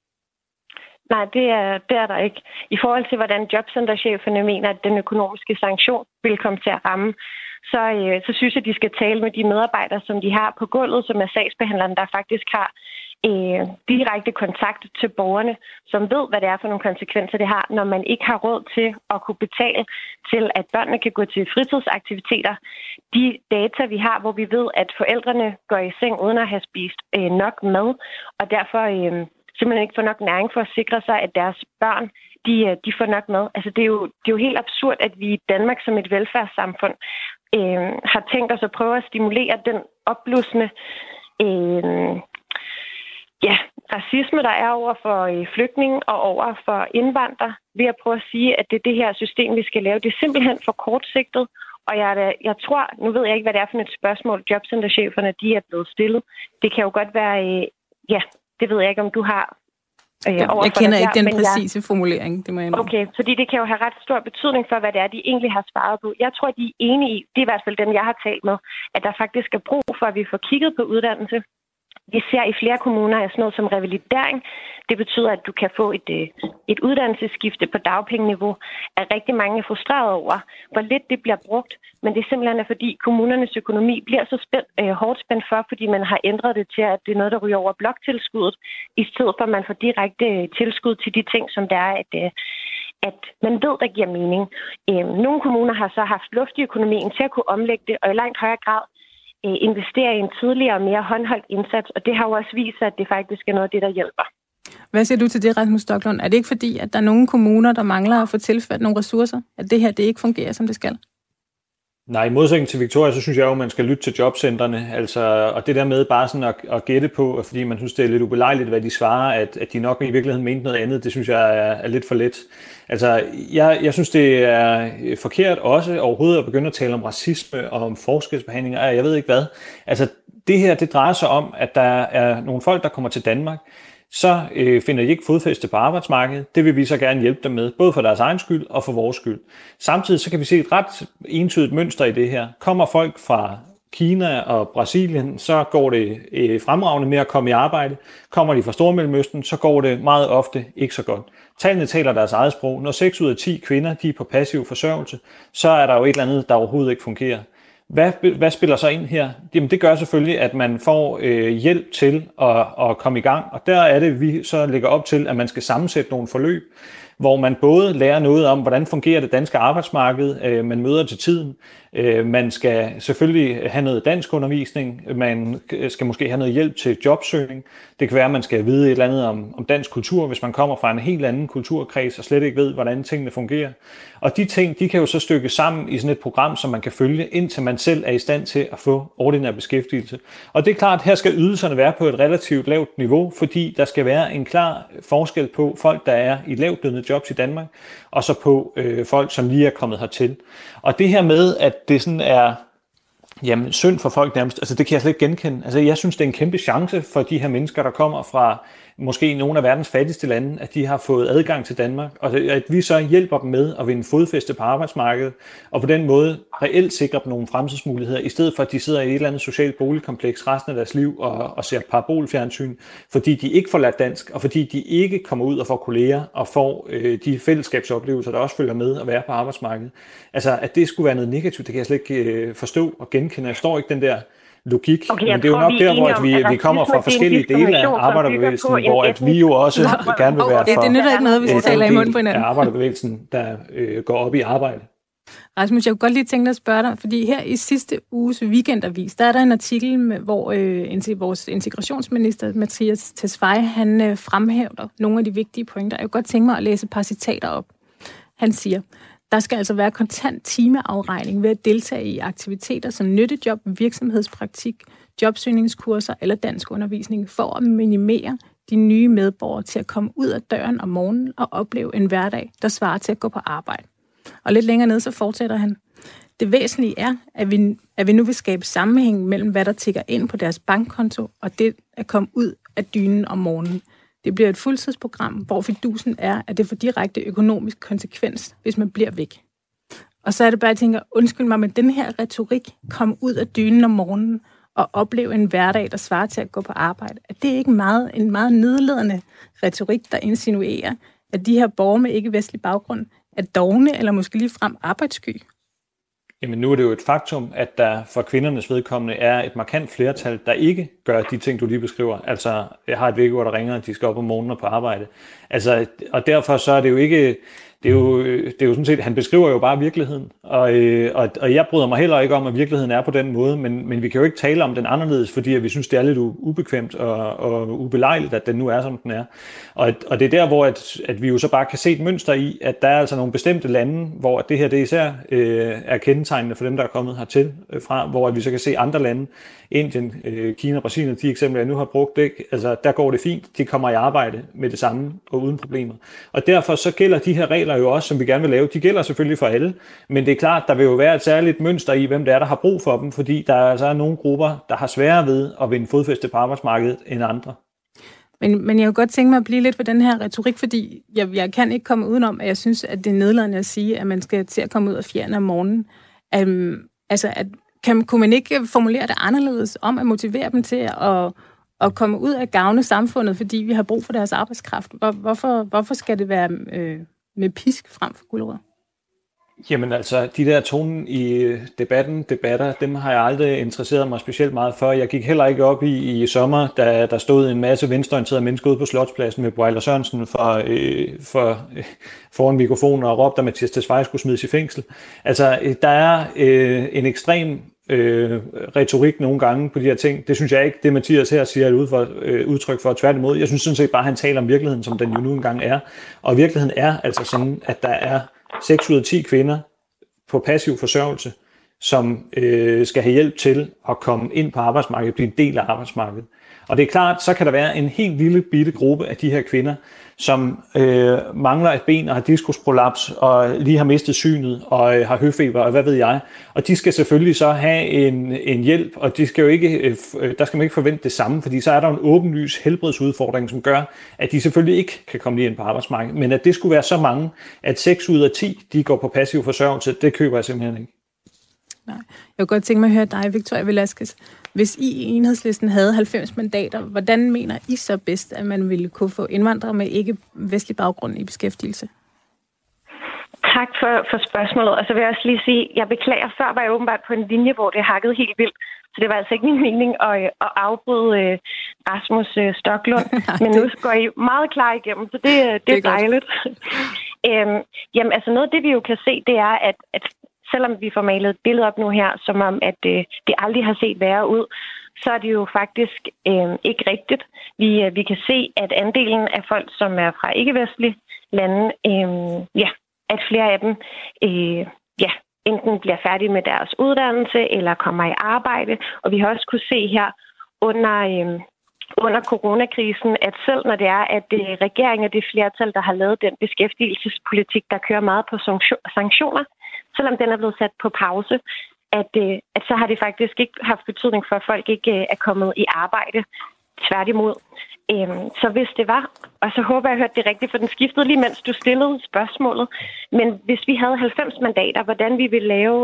Nej, det er, det er der ikke. I forhold til, hvordan jobcentercheferne mener, at den økonomiske sanktion vil komme til at ramme, så, øh, så synes jeg, at de skal tale med de medarbejdere, som de har på gulvet, som er sagsbehandlerne, der faktisk har øh, direkte kontakt til borgerne, som ved, hvad det er for nogle konsekvenser, det har, når man ikke har råd til at kunne betale til, at børnene kan gå til fritidsaktiviteter. De data, vi har, hvor vi ved, at forældrene går i seng uden at have spist øh, nok mad, og derfor øh, simpelthen ikke får nok næring for at sikre sig, at deres børn de, de får nok mad. Altså, det er, jo, det er jo helt absurd, at vi i Danmark som et velfærdssamfund øh, har tænkt os at prøve at stimulere den opblussende øh, ja, racisme, der er over for øh, flygtninge og over for indvandrere, ved at prøve at sige, at det er det her system, vi skal lave. Det er simpelthen for kortsigtet, og jeg, jeg tror, nu ved jeg ikke, hvad det er for et spørgsmål, jobcentercheferne de er blevet stillet. Det kan jo godt være, øh, ja, det ved jeg ikke, om du har.
Øh, ja, jeg kender ikke der, den præcise jeg... formulering, det må jeg indrømme.
Okay, fordi det kan jo have ret stor betydning for, hvad det er, de egentlig har svaret på. Jeg tror, de er enige i, det er i hvert fald dem, jeg har talt med, at der faktisk er brug for, at vi får kigget på uddannelse. Vi ser i flere kommuner sådan noget som revalidering. Det betyder, at du kan få et, et uddannelsesskifte på dagpengeniveau. At rigtig mange er frustreret over, hvor lidt det bliver brugt. Men det er simpelthen fordi kommunernes økonomi bliver så spændt, øh, hårdt spændt for, fordi man har ændret det til, at det er noget, der ryger over bloktilskuddet, i stedet for, at man får direkte tilskud til de ting, som der er, at, øh, at man ved, der giver mening. Øh, nogle kommuner har så haft luft i økonomien til at kunne omlægge det, og i langt højere grad øh, investere i en tidligere og mere håndholdt indsats, og det har jo også vist sig, at det faktisk er noget af det, der hjælper.
Hvad siger du til det, Rasmus Stoklund? Er det ikke fordi, at der er nogle kommuner, der mangler at få tilført nogle ressourcer? At det her det ikke fungerer, som det skal?
Nej, i modsætning til Victoria, så synes jeg jo, at man skal lytte til jobcentrene. Altså, og det der med bare sådan at, at gætte på, fordi man synes, det er lidt ubelejligt, hvad de svarer, at, at de nok i virkeligheden mente noget andet, det synes jeg er, er lidt for let. Altså, jeg, jeg synes, det er forkert også overhovedet at begynde at tale om racisme og om forskelsbehandling, og jeg ved ikke hvad. Altså, det her, det drejer sig om, at der er nogle folk, der kommer til Danmark, så øh, finder de ikke fodfæste på arbejdsmarkedet. Det vil vi så gerne hjælpe dem med, både for deres egen skyld og for vores skyld. Samtidig så kan vi se et ret entydigt mønster i det her. Kommer folk fra Kina og Brasilien, så går det øh, fremragende med at komme i arbejde. Kommer de fra Stormellemøsten, så går det meget ofte ikke så godt. Tallene taler deres eget sprog. Når seks ud af ti kvinder de er på passiv forsørgelse, så er der jo et eller andet, der overhovedet ikke fungerer. Hvad, hvad spiller så ind her? Jamen det gør selvfølgelig, at man får øh, hjælp til at, at komme i gang, og der er det, vi så lægger op til, at man skal sammensætte nogle forløb, hvor man både lærer noget om, hvordan fungerer det danske arbejdsmarked, øh, man møder til tiden, øh, man skal selvfølgelig have noget dansk undervisning, man skal måske have noget hjælp til jobsøgning, det kan være, at man skal vide et eller andet om, om dansk kultur, hvis man kommer fra en helt anden kulturkreds og slet ikke ved, hvordan tingene fungerer. Og de ting, de kan jo så stykkes sammen i sådan et program, som man kan følge, indtil man selv er i stand til at få ordinær beskæftigelse. Og det er klart, at her skal ydelserne være på et relativt lavt niveau, fordi der skal være en klar forskel på folk, der er i lavtlønnede jobs i Danmark, og så på øh, folk, som lige er kommet hertil. Og det her med, at det sådan er jamen, synd for folk nærmest, altså det kan jeg slet ikke genkende. Altså jeg synes, det er en kæmpe chance for de her mennesker, der kommer fra måske nogle af verdens fattigste lande, at de har fået adgang til Danmark, og at vi så hjælper dem med at vinde fodfæste på arbejdsmarkedet, og på den måde reelt sikrer dem nogle fremtidsmuligheder, i stedet for at de sidder i et eller andet socialt boligkompleks resten af deres liv og, og ser parabolfjernsyn, fordi de ikke får lært dansk, og fordi de ikke kommer ud og får kolleger og får øh, de fællesskabsoplevelser, der også følger med at være på arbejdsmarkedet. Altså, at det skulle være noget negativt, det kan jeg slet ikke øh, forstå og genkende. Jeg forstår ikke den der logik,
okay,
men det er jo nok der, hvor at vi, vi kommer fra forskellige dele af arbejderbevægelsen, hvor at vi jo også Nå, gerne vil være for
det nytter ikke noget, hvis vi taler i munden på hinanden.
Arbejderbevægelsen, der øh, går op i arbejde.
Rasmus, jeg kunne godt lige tænke dig at spørge dig, fordi her i sidste uges weekendavis, der er der en artikel, med, hvor øh, vores integrationsminister, Mathias Tesfaye, han øh, fremhæver nogle af de vigtige pointer. Jeg kunne godt tænke mig at læse et par citater op. Han siger: der skal altså være kontant timeafregning ved at deltage i aktiviteter som nyttejob, virksomhedspraktik, jobsøgningskurser eller dansk undervisning for at minimere de nye medborgere til at komme ud af døren om morgenen og opleve en hverdag, der svarer til at gå på arbejde. Og lidt længere ned, så fortsætter han: det væsentlige er, at vi, at vi nu vil skabe sammenhæng mellem, hvad der tikker ind på deres bankkonto, og det at komme ud af dynen om morgenen. Det bliver et fuldtidsprogram, hvor fidusen er, at det får direkte økonomisk konsekvens, hvis man bliver væk. Og så er det bare, at jeg tænker, undskyld mig, men den her retorik, kom ud af dynen om morgenen og opleve en hverdag, der svarer til at gå på arbejde, er det ikke meget, en meget nedladende retorik, der insinuerer, at de her borgere med ikke-vestlig baggrund er dovne eller måske ligefrem arbejdssky?
Jamen nu er det jo et faktum, at der for kvindernes vedkommende er et markant flertal, der ikke gør de ting, du lige beskriver. Altså, jeg har et vækkeur, der ringer, at de skal op om morgenen og på arbejde. Altså, og derfor så er det jo ikke... Det er, jo, det er jo sådan set, han beskriver jo bare virkeligheden, og, og, og jeg bryder mig heller ikke om, at virkeligheden er på den måde, men, men vi kan jo ikke tale om den anderledes, fordi vi synes, det er lidt ubekvemt og, og ubelejligt, at den nu er, som den er. Og, og det er der, hvor at, at vi jo så bare kan se et mønster i, at der er altså nogle bestemte lande, hvor det her det især øh, er kendetegnende for dem, der er kommet hertil øh, fra, hvor at vi så kan se andre lande, Indien, øh, Kina, Brasilien, de eksempler, jeg nu har brugt, ikke? Altså, der går det fint, de kommer i arbejde med det samme og uden problemer. Og derfor så gælder de her regler jo også, som vi gerne vil lave, de gælder selvfølgelig for alle, men det er klart, der vil jo være et særligt mønster i, hvem det er, der har brug for dem, fordi der er altså nogle grupper, der har sværere ved at vinde fodfæste på arbejdsmarkedet end andre.
Men, men jeg kunne godt tænke mig at blive lidt på den her retorik, fordi jeg, jeg kan ikke komme udenom, at jeg synes, at det er nedladende at sige, at man skal til at komme ud af fjerne om morgenen. Um, altså, at, kan, kunne man ikke formulere det anderledes om at motivere dem til at, at komme ud af gavne samfundet, fordi vi har brug for deres arbejdskraft? Hvor, hvorfor, hvorfor skal det være øh, med pisk frem for gulerod?
Jamen altså, de der tonen i debatten, debatter, dem har jeg aldrig interesseret mig specielt meget for. Jeg gik heller ikke op i i sommer, da der stod en masse venstreorienterede mennesker ude på Slotspladsen med Bojler Sørensen for, øh, for, øh, foran mikrofonen og råbte, at Mathias Tesfaye skulle smides i fængsel. Altså, der er øh, en ekstrem øh, retorik nogle gange på de her ting. Det synes jeg ikke, det Mathias her siger, er et ud for, øh, udtryk for. Tværtimod, jeg synes sådan set bare, at han taler om virkeligheden, som den jo nu engang er. Og virkeligheden er altså sådan, at der er seks ud af ti kvinder på passiv forsørgelse, som øh, skal have hjælp til at komme ind på arbejdsmarkedet, blive en del af arbejdsmarkedet. Og det er klart, så kan der være en helt lille bitte gruppe af de her kvinder, som øh, mangler et ben og har diskusprolaps og lige har mistet synet og øh, har høfeber og hvad ved jeg. Og de skal selvfølgelig så have en, en hjælp, og de skal jo ikke, øh, der skal man ikke forvente det samme, fordi så er der en åbenlys helbredsudfordring, som gør, at de selvfølgelig ikke kan komme lige ind på arbejdsmarkedet. Men at det skulle være så mange, at seks ud af ti de går på passiv forsørgelse, det køber jeg simpelthen ikke.
Nej. Jeg kunne godt tænke mig at høre dig, Victoria Velasquez. Hvis I i Enhedslisten havde halvfems mandater, hvordan mener I så bedst, at man ville kunne få indvandrere med ikke-vestlig baggrund i beskæftigelse?
Tak for, for spørgsmålet. Og så vil jeg også lige sige, jeg beklager, før var jeg åbenbart på en linje, hvor det hakkede helt vildt. Så det var altså ikke min mening at, at afbryde uh, Rasmus uh, Stoklund. Men nu går I meget klar igennem, så det, det, det er dejligt. øhm, jamen, altså noget af det, vi jo kan se, det er, at, at selvom vi får malet et billede op nu her, som om, at øh, det aldrig har set værre ud, så er det jo faktisk øh, ikke rigtigt. Vi, øh, vi kan se, at andelen af folk, som er fra ikke-vestlige lande, øh, ja, at flere af dem øh, ja, enten bliver færdige med deres uddannelse eller kommer i arbejde. Og vi har også kunne se her under, øh, under coronakrisen, at selv når det er, at det er regeringen og det flertal, der har lavet den beskæftigelsespolitik, der kører meget på sanktioner, selvom den er blevet sat på pause, at, at så har det faktisk ikke haft betydning for, at folk ikke er kommet i arbejde. Tværtimod. Så hvis det var, og så håber jeg, at jeg hørte det rigtigt, for den skiftede lige mens du stillede spørgsmålet, men hvis vi havde halvfems mandater, hvordan vi ville lave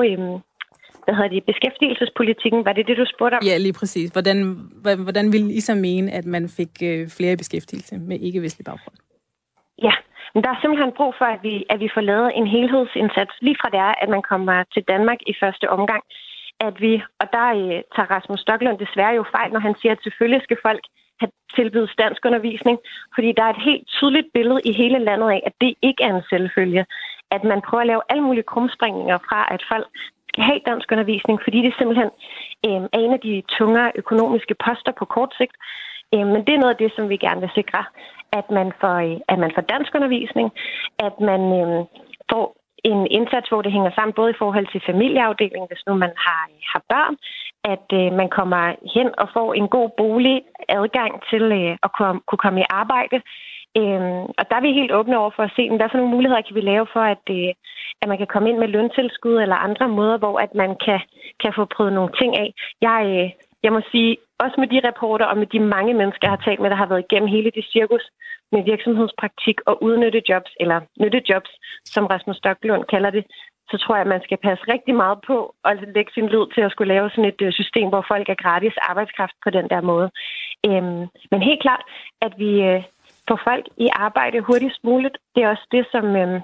hvad hedder det, beskæftigelsespolitikken, var det det, du spurgte om?
Ja, lige præcis. Hvordan, hvordan ville I så mene, at man fik flere i beskæftigelse med ikke-vestlig baggrund?
Ja, men der er simpelthen brug for, at vi, at vi får lavet en helhedsindsats, lige fra det er, at man kommer til Danmark i første omgang. At vi, og der øh, tager Rasmus Stoklund desværre jo fejl, når han siger, at selvfølgelig skal folk have tilbydet danskundervisning, fordi der er et helt tydeligt billede i hele landet af, at det ikke er en selvfølge. At man prøver at lave alle mulige krumspringninger fra, at folk skal have danskundervisning, fordi det simpelthen øh, er en af de tungere økonomiske poster på kort sigt. Øh, men det er noget af det, som vi gerne vil sikre, at man får, at man får danskundervisning, at man øh, får en indsats, hvor det hænger sammen både i forhold til familieafdelingen, hvis nu man har, har børn, at øh, man kommer hen og får en god bolig, adgang til øh, at kunne, kunne komme i arbejde. Øh, og der er vi helt åbne over for at se, hvad for nogle muligheder kan vi lave for, at, øh, at man kan komme ind med løntilskud eller andre måder, hvor at man kan, kan få prøvet nogle ting af. Jeg, øh, jeg må sige, også med de rapporter og med de mange mennesker, jeg har talt med, der har været igennem hele det cirkus med virksomhedspraktik og udnyttejobs, eller nyttejobs, som Rasmus Stoklund kalder det, så tror jeg, at man skal passe rigtig meget på og lægge sin lid til at skulle lave sådan et system, hvor folk er gratis arbejdskraft på den der måde. Øhm, men helt klart, at vi øh, får folk i arbejde hurtigst muligt, det er også det, som... Øh,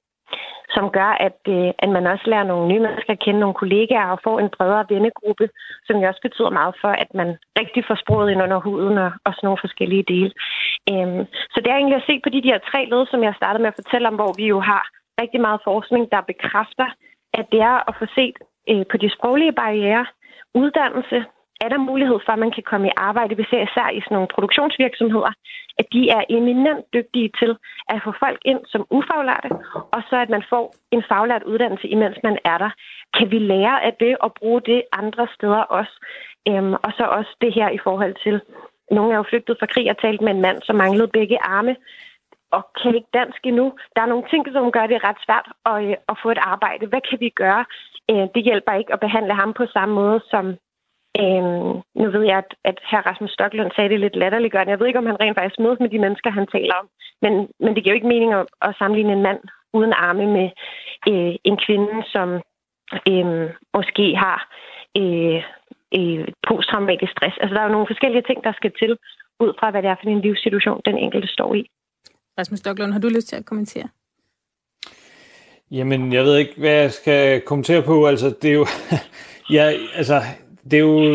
som gør, at, øh, at man også lærer nogle nye mennesker at kende, nogle kollegaer og får en bredere vennegruppe, som jo også betyder meget for, at man rigtig får sproget ind under huden og, og sådan nogle forskellige dele. Øhm, så det er egentlig at se på de der tre led, som jeg startede med at fortælle om, hvor vi jo har rigtig meget forskning, der bekræfter, at det er at få set øh, på de sproglige barrierer, uddannelse, er der mulighed for, at man kan komme i arbejde, vi ser især i sådan nogle produktionsvirksomheder, at de er eminent dygtige til at få folk ind som ufaglærte, og så at man får en faglært uddannelse, imens man er der. Kan vi lære af det og bruge det andre steder også? Øhm, og så også det her i forhold til, nogle er jo flygtet fra krig og talt med en mand, som manglede begge arme, og kan ikke dansk endnu. Der er nogle ting, som gør det ret svært at, øh, at få et arbejde. Hvad kan vi gøre? Øh, det hjælper ikke at behandle ham på samme måde som Øhm, nu ved jeg, at, at hr. Rasmus Stoklund sagde det lidt latterliggørende. Jeg ved ikke, om han rent faktisk mødes med de mennesker, han taler om. Men, men det giver jo ikke mening at, at sammenligne en mand uden arme med øh, en kvinde, som øh, måske har øh, øh, posttraumatisk stress. Altså, der er jo nogle forskellige ting, der skal til, ud fra, hvad det er for en livssituation, den enkelte står i.
Rasmus Stoklund, har du lyst til at kommentere?
Jamen, jeg ved ikke, hvad jeg skal kommentere på. Altså, det er jo... ja, altså... Det er jo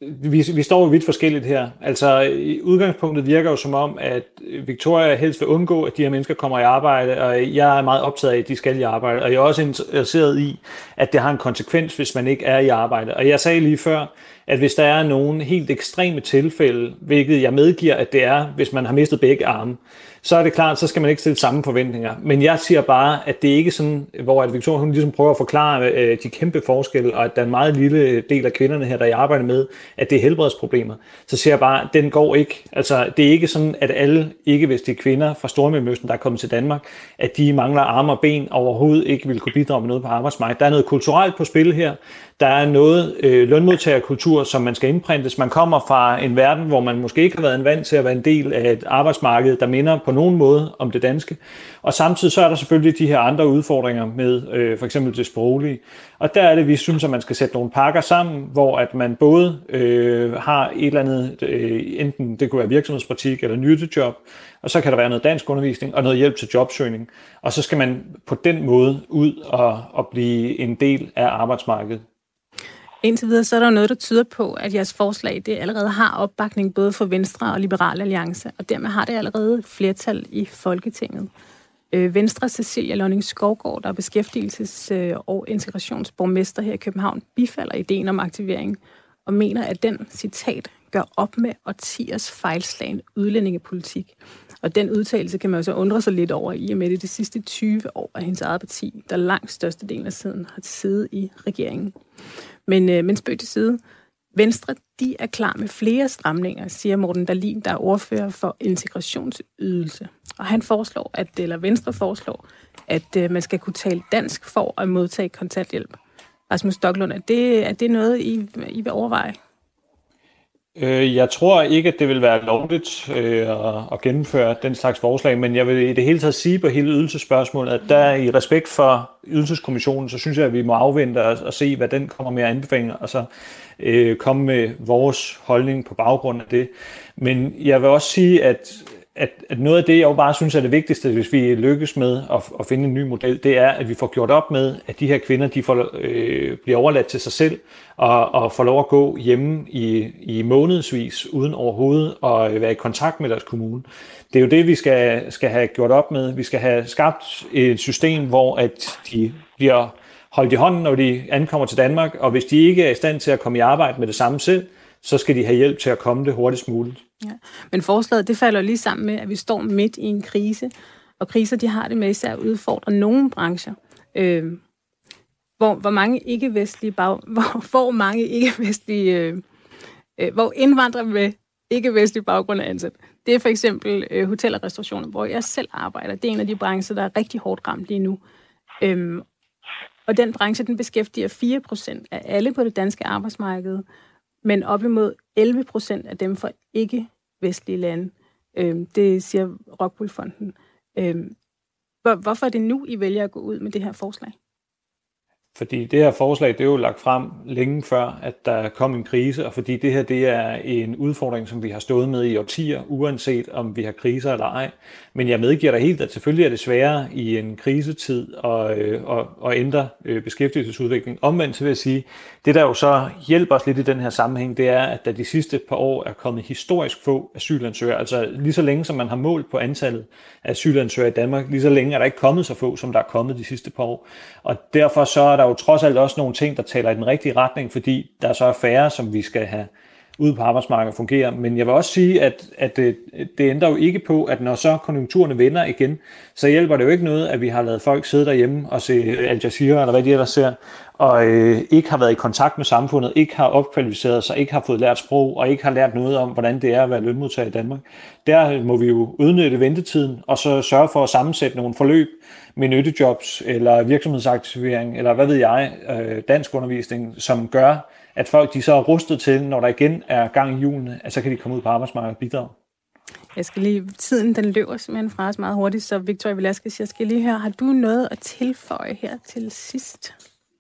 vi, vi står jo vidt forskelligt her. Altså, i udgangspunktet virker jo som om, at Victoria helst vil undgå, at de her mennesker kommer i arbejde, og jeg er meget optaget af, at de skal i arbejde, og jeg er også interesseret i, at det har en konsekvens, hvis man ikke er i arbejde. Og jeg sagde lige før, at hvis der er nogle helt ekstreme tilfælde, hvilket jeg medgiver, at det er, hvis man har mistet begge arme, så er det klart, så skal man ikke stille samme forventninger. Men jeg siger bare, at det ikke er sådan, hvor at Victoria hun ligesom prøver at forklare øh, de kæmpe forskelle, og at der er en meget lille del af kvinderne her, der jeg arbejder med, at det er helbredsproblemer. Så siger jeg bare, at den går ikke. Altså, det er ikke sådan, at alle ikke-vestlige kvinder fra Stormellemøsten, der er kommet til Danmark, at de mangler arme og ben, overhovedet ikke vil kunne bidrage med noget på arbejdsmarkedet. Der er noget kulturelt på spil her. Der er noget øh, lønmodtagerkultur, som man skal indprintes. Man kommer fra en verden, hvor man måske ikke har været en vant til at være en del af et arbejdsmarked, der minder på nogen måde om det danske. Og samtidig så er der selvfølgelig de her andre udfordringer med øh, for eksempel det sproglige. Og der er det, vi synes, at man skal sætte nogle pakker sammen, hvor at man både øh, har et eller andet, øh, enten det kunne være virksomhedspraktik eller nyttejob, og så kan der være noget dansk undervisning og noget hjælp til jobsøgning. Og så skal man på den måde ud og, og blive en del af arbejdsmarkedet.
Indtil videre, så er der noget, der tyder på, at jeres forslag det allerede har opbakning både for Venstre og Liberal Alliance, og dermed har det allerede flertal i Folketinget. Øh, Venstre Cecilia Lonning Skovgaard, der er beskæftigelses- og integrationsborgmester her i København, bifalder ideen om aktivering og mener, at den, citat, gør op med årtiers fejlslagen udlændingepolitik. Og den udtalelse kan man jo så undre sig lidt over, i og med det de sidste tyve år af hendes eget parti, der langt størstedelen af tiden har siddet i regeringen. Men, øh, men spøg til side. Venstre, de er klar med flere stramninger, siger Morten Dahlin, der er ordfører for integrationsydelse. Og han foreslår, at, eller Venstre foreslår, at øh, man skal kunne tale dansk for at modtage kontanthjælp. Rasmus Stoklund, er det, er det noget, I, I vil overveje?
Jeg tror ikke, at det vil være lovligt øh, at gennemføre den slags forslag, men jeg vil i det hele taget sige på hele ydelsesspørgsmålet, at der i respekt for ydelseskommissionen, så synes jeg, at vi må afvente og, og se, hvad den kommer med anbefalinger, og så øh, komme med vores holdning på baggrund af det. Men jeg vil også sige, at At, at noget af det, jeg jo bare synes er det vigtigste, hvis vi lykkes med at, at finde en ny model, det er, at vi får gjort op med, at de her kvinder, de får, øh, bliver overladt til sig selv og, og får lov at gå hjemme i, i månedsvis uden overhovedet at være i kontakt med deres kommune. Det er jo det, vi skal, skal have gjort op med. Vi skal have skabt et system, hvor at de bliver holdt i hånden, når de ankommer til Danmark, og hvis de ikke er i stand til at komme i arbejde med det samme selv, så skal de have hjælp til at komme det hurtigst muligt.
Ja. Men forslaget, det falder lige sammen med, at vi står midt i en krise, og kriser, de har det med især at udfordre nogle brancher, øh, hvor, hvor mange ikke-vestlige bag, hvor, hvor mange ikke-vestlige, øh, øh, hvor indvandrere med ikke-vestlige baggrund er ansat. Det er for eksempel øh, hotel- og restaurationer, hvor jeg selv arbejder. Det er en af de brancher, der er rigtig hårdt ramt lige nu. Øh, og den branche, den beskæftiger fire procent af alle på det danske arbejdsmarked, men op imod elleve procent af dem fra ikke-vestlige lande. Øhm, det siger Rockwool Fonden. Øhm, hvor, hvorfor er det nu, I vælger at gå ud med det her forslag?
Fordi det her forslag, det er jo lagt frem længe før, at der kom en krise, og fordi det her, det er en udfordring, som vi har stået med i årtier, uanset om vi har kriser eller ej. Men jeg medgiver dig helt, at selvfølgelig er det sværere i en krisetid at, øh, at, at ændre øh, beskæftigelsesudvikling. Omvendt så vil jeg sige, det der jo så hjælper os lidt i den her sammenhæng, det er, at der de sidste par år er kommet historisk få asylansøgere. Altså lige så længe, som man har målt på antallet af asylansøgere i Danmark, lige så længe er der ikke kommet så få, som der er kommet de sidste par år. Og derfor så er der jo trods alt også nogle ting, der taler i den rigtige retning, fordi der så er færre, som vi skal have ude på arbejdsmarkedet fungerer. Men jeg vil også sige, at, at det, det ændrer jo ikke på, at når så konjunkturerne vender igen, så hjælper det jo ikke noget, at vi har lavet folk sidde derhjemme og se Al Jazeera, eller hvad de ellers ser, og øh, ikke har været i kontakt med samfundet, ikke har opkvalificeret sig, ikke har fået lært sprog, og ikke har lært noget om, hvordan det er at være lønmodtager i Danmark. Der må vi jo udnytte ventetiden, og så sørge for at sammensætte nogle forløb med nyttejobs, eller virksomhedsaktivering, eller hvad ved jeg, øh, dansk undervisning, som gør, at folk de så er rustet til, når der igen er gang i hjulene, at så kan de komme ud på arbejdsmarkedet og bidrage.
Jeg skal lige, tiden den løber simpelthen fra os meget hurtigt, så Victoria Velasquez, jeg skal lige høre, har du noget at tilføje her til sidst?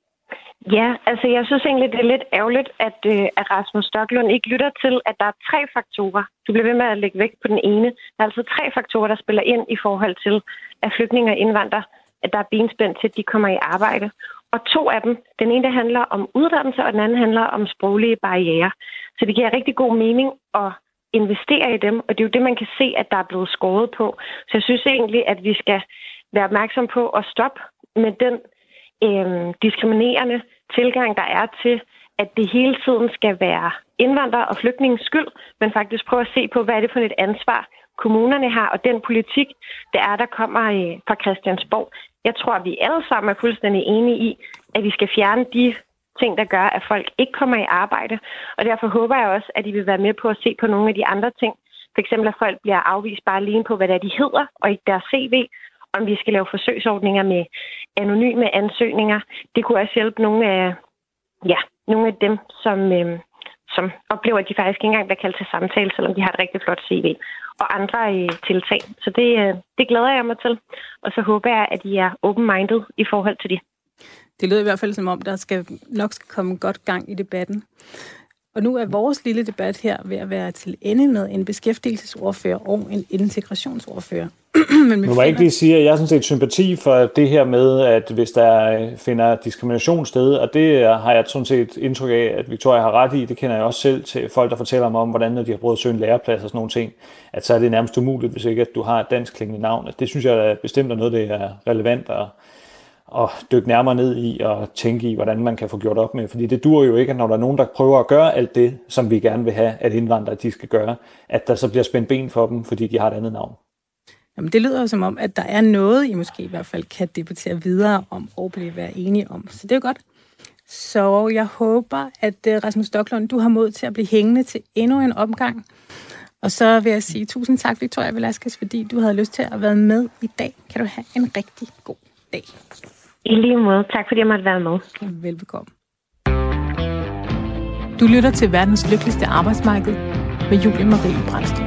Ja, altså jeg synes egentlig, det er lidt ærgerligt, at, øh, at Rasmus Stoklund ikke lytter til, at der er tre faktorer. Du bliver ved med at lægge vægt på den ene. Der er altså tre faktorer, der spiller ind i forhold til, at flygtninge og indvandrere, at der er benspænd til, at de kommer i arbejde. Og to af dem, den ene der handler om uddannelse, og den anden handler om sproglige barrierer. Så det giver rigtig god mening at investere i dem, og det er jo det, man kan se, at der er blevet skåret på. Så jeg synes egentlig, at vi skal være opmærksom på at stoppe med den øh, diskriminerende tilgang, der er til, at det hele tiden skal være indvandrere og flygtningens skyld, men faktisk prøve at se på, hvad er det for et ansvar, kommunerne har, og den politik, der er, der kommer øh, fra Christiansborg. Jeg tror, at vi alle sammen er fuldstændig enige i, at vi skal fjerne de ting, der gør, at folk ikke kommer i arbejde. Og derfor håber jeg også, at I vil være med på at se på nogle af de andre ting. For eksempel, at folk bliver afvist bare alene på, hvad det er, de hedder, og ikke deres C V. Om vi skal lave forsøgsordninger med anonyme ansøgninger. Det kunne også hjælpe nogle af, ja, nogle af dem, som, øh, som oplever, at de faktisk ikke engang bliver kaldt til samtale, selvom de har et rigtig flot C V. Og andre øh, tiltag. Så det, øh, det glæder jeg mig til. Og så håber jeg, at I er open-minded i forhold til det.
Det lyder i hvert fald som om, der skal nok skal komme godt gang i debatten. Og nu er vores lille debat her ved at være til ende med en beskæftigelsesordfører og en integrationsordfører.
Men nu må jeg ikke lige sige, at jeg har sådan set sympati for det her med, at hvis der finder diskrimination sted, og det har jeg sådan set indtryk af, at Victoria har ret i, det kender jeg også selv til folk, der fortæller mig om, hvordan når de har prøvet at søge en læreplads og sådan nogle ting, at så er det nærmest umuligt, hvis ikke at du har et dansk klingende navn. Det synes jeg er bestemt er noget, det er relevant at, at dykke nærmere ned i og tænke i, hvordan man kan få gjort op med. Fordi det dur jo ikke, at når der er nogen, der prøver at gøre alt det, som vi gerne vil have, at indvandrere de skal gøre, at der så bliver spændt ben for dem, fordi de har et andet navn.
Jamen, det lyder jo som om, at der er noget, I måske i hvert fald kan debattere videre om og blive være enige om. Så det er jo godt. Så jeg håber, at Rasmus Stoklund, du har mod til at blive hængende til endnu en omgang. Og så vil jeg sige tusind tak, Victoria Velasquez, fordi du havde lyst til at være med i dag. Kan du have en rigtig god dag.
I lige måde. Tak fordi jeg måtte være med.
Velbekomme. Du lytter til verdens lykkeligste arbejdsmarked med Julie Marie Brandstrup.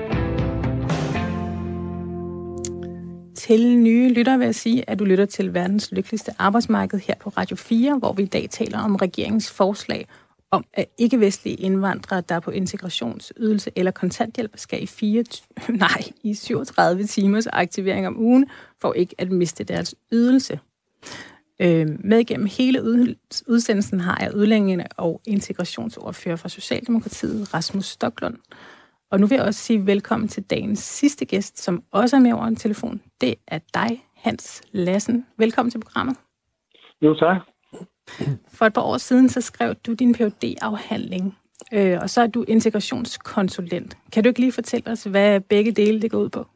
Til nye lytter vil jeg sige, at du lytter til verdens lykkeligste arbejdsmarked her på Radio fire, hvor vi i dag taler om regeringens forslag om, at ikke-vestlige indvandrere, der er på integrationsydelse eller kontanthjælp, skal i, fire, nej, i syvogtredive timers aktivering om ugen, for ikke at miste deres ydelse. Øh, med igennem hele udsendelsen har jeg udlændinge- og integrationsordfører fra Socialdemokratiet, Rasmus Stoklund. Og nu vil jeg også sige velkommen til dagens sidste gæst, som også er med over en telefon. Det er dig, Hans Lassen. Velkommen til programmet.
Jo, tak.
For et par år siden, så skrev du din P H D-afhandling, øh, og så er du integrationskonsulent. Kan du ikke lige fortælle os, hvad begge dele det går ud på?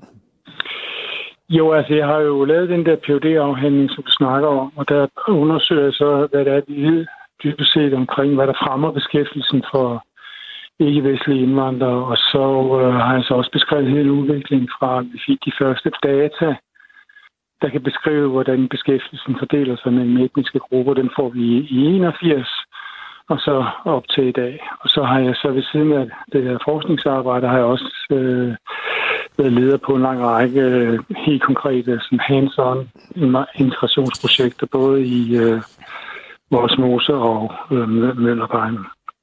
Jo, altså jeg har jo lavet den der P H D-afhandling, som du snakker om, og der undersøger jeg så, hvad det er, vi ved dybest set omkring, hvad der fremmer beskæftigelsen for ikke-vestlige indvandrere, og så øh, har jeg så også beskrevet hele udviklingen fra, at vi fik de første data, der kan beskrive, hvordan beskæftigelsen fordeler sig mellem etniske grupper. Den får vi i enogfirs, og så op til i dag. Og så har jeg så ved siden af det her forskningsarbejde, har jeg også øh, været leder på en lang række øh, helt konkrete sådan hands-on integrationsprojekter, både i øh, Vollsmose og øh, Møllervejen.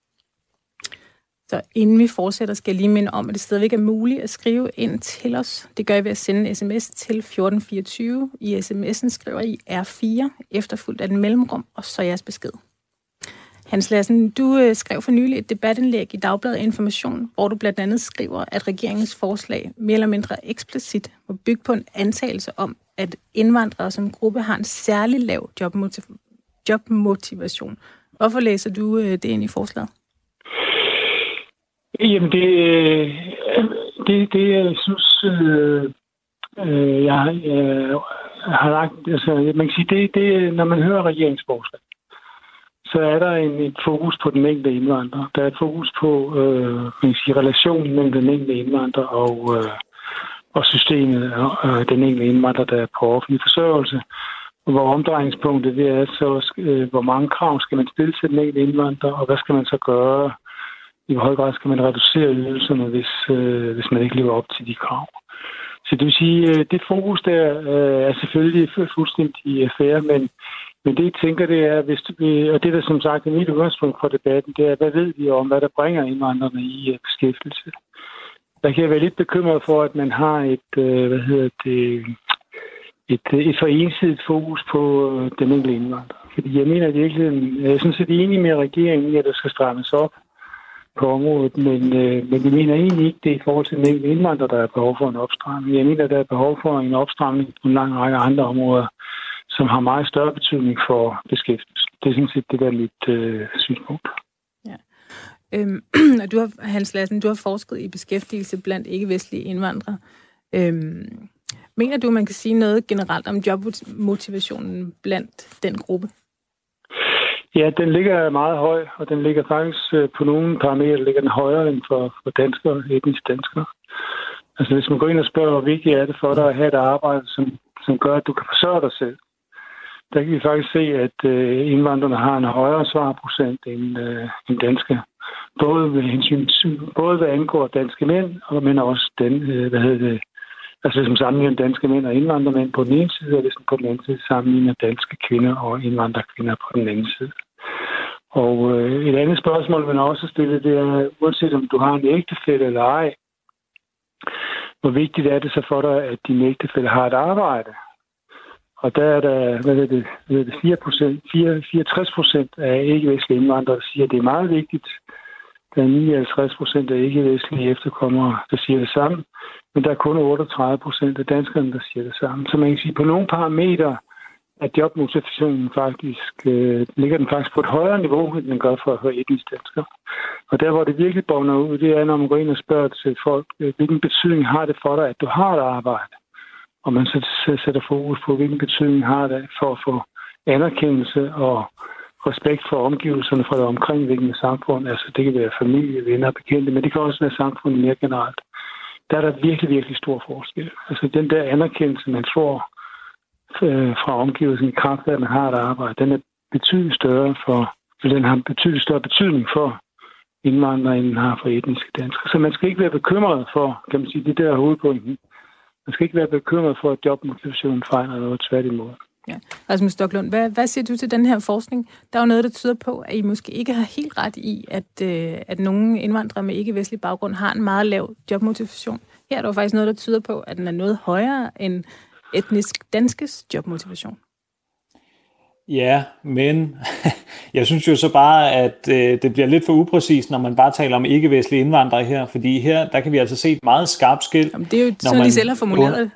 Så inden vi fortsætter, skal jeg lige minde om, at det stadigvæk er muligt at skrive ind til os. Det gør I ved at sende en sms til fjorten fireogtyve. I sms'en skriver I R fire, efterfulgt af den mellemrum, og så jeres besked. Hans Lassen, du skrev for nylig et debatindlæg i Dagbladet Information, hvor du blandt andet skriver, at regeringens forslag mere eller mindre eksplicit må bygge på en antagelse om, at indvandrere som gruppe har en særlig lav jobmotiv- jobmotivation. Hvorfor læser du det ind i forslaget?
Jamen, det, det, det jeg synes, øh, jeg, jeg har lagt, altså, man kan sige, det, det, når man hører regeringsforslag, så er der en, et fokus på den enkelte indvandrer. Der er et fokus på, øh, man kan sige, relationen mellem den enkelte indvandrer og, øh, og systemet, og øh, den enkelte indvandrer, der er på offentlig forsørgelse. Og hvor omdrejningspunktet det er så, øh, hvor mange krav skal man stille til den enkelte indvandrer, og hvad skal man så gøre? I hvor høj grad skal man reducere ydelserne, hvis, øh, hvis man ikke lever op til de krav. Så det vil sige, at det fokus der øh, er selvfølgelig fuldstændig fair, men, men det jeg tænker, det er, hvis det, og det der som sagt er mit udgangspunkt for debatten, det er, hvad ved vi om, hvad der bringer indvandrerne i uh, beskæftigelse? Der kan jeg være lidt bekymret for, at man har et, øh, hvad hedder det, et, et for ensidigt fokus på den enkelte indvandrer. Fordi jeg mener virkelig, jeg er sådan set enig med regeringen i, at der skal strammes op på området, men, øh, men jeg mener egentlig ikke, det er i forhold til den enkelte indvandrer, der er behov for en opstramning. Jeg mener, der er behov for en opstramning på en lang række andre områder, som har meget større betydning for beskæftigelse. Det er sådan set det der mit øh, synspunkt.
Ja. Øhm, og du har, Hans Lassen, du har forsket i beskæftigelse blandt ikke-vestlige indvandrere. Øhm, mener du, man kan sige noget generelt om jobmotivationen blandt den gruppe?
Ja, den ligger meget høj, og den ligger faktisk øh, på nogle parametre ligger den højere end for, for danskere, etniske danskere. Altså hvis man går ind og spørger, hvor vigtigt er det for dig at have et arbejde, som, som gør, at du kan forsørge dig selv, der kan vi faktisk se, at øh, indvandrerne har en højere svarprocent end, øh, end danskere. Både ved hensyn, både hvad angår danske mænd, og men også den, øh, hvad hedder det, altså hvis man sammenligner danske mænd og indvandrermænd på den ene side, og hvis man på den anden side sammenligner danske kvinder og indvandrerkvinder på den anden side. Og øh, et andet spørgsmål, man også stiller, det er, uanset om du har en ægtefælle eller ej, hvor vigtigt er det så for dig, at din ægtefælle har et arbejde? Og der er der, hvad er det, hvad er det fire procent, fireogtres procent af ikke-vestlige indvandrere, der siger, at det er meget vigtigt. Der er nioghalvtreds procent af ikke-vestlige efterkommere, der siger det samme. Men der er kun otteogtredive procent af danskerne, der siger det samme. Så man kan sige, at på nogle parametre at jobmotivationen faktisk øh, ligger den faktisk på et højere niveau, end den gør for, for etniske danskere. Og der, hvor det virkelig bånder ud, det er, når man går ind og spørger til folk, øh, hvilken betydning har det for dig, at du har et arbejde? Og man så sætter fokus på, hvilken betydning har det for at få anerkendelse og respekt for omgivelserne fra det omkringliggende samfund. Altså det kan være familie, venner og bekendte, men det kan også være samfundet mere generelt. Der er der virkelig, virkelig stor forskel. Altså den der anerkendelse, man får fra omgivelsen i kraft af, at man har et arbejde, den er betydeligt større for, den har betydeligt større betydning for indvandrere, end den har for etniske danskere. Så man skal ikke være bekymret for, kan man sige, det der hovedpunkten. Man skal ikke være bekymret for, at jobmotivationen fejler noget, tværtimod.
Ja. Rasmus Stoklund, hvad, hvad siger du til den her forskning? Der er jo noget, der tyder på, at I måske ikke har helt ret i, at, øh, at nogle indvandrere med ikke-vestlig baggrund har en meget lav jobmotivation. Her er der jo faktisk noget, der tyder på, at den er noget højere end etnisk danskes jobmotivation.
Ja, men jeg synes jo så bare, at øh, det bliver lidt for upræcist, når man bare taler om ikke-vestlige indvandrere her, fordi her, der kan vi altså se et meget skarpt skel.
Jamen, det er jo sådan, man, de selv har formuleret det.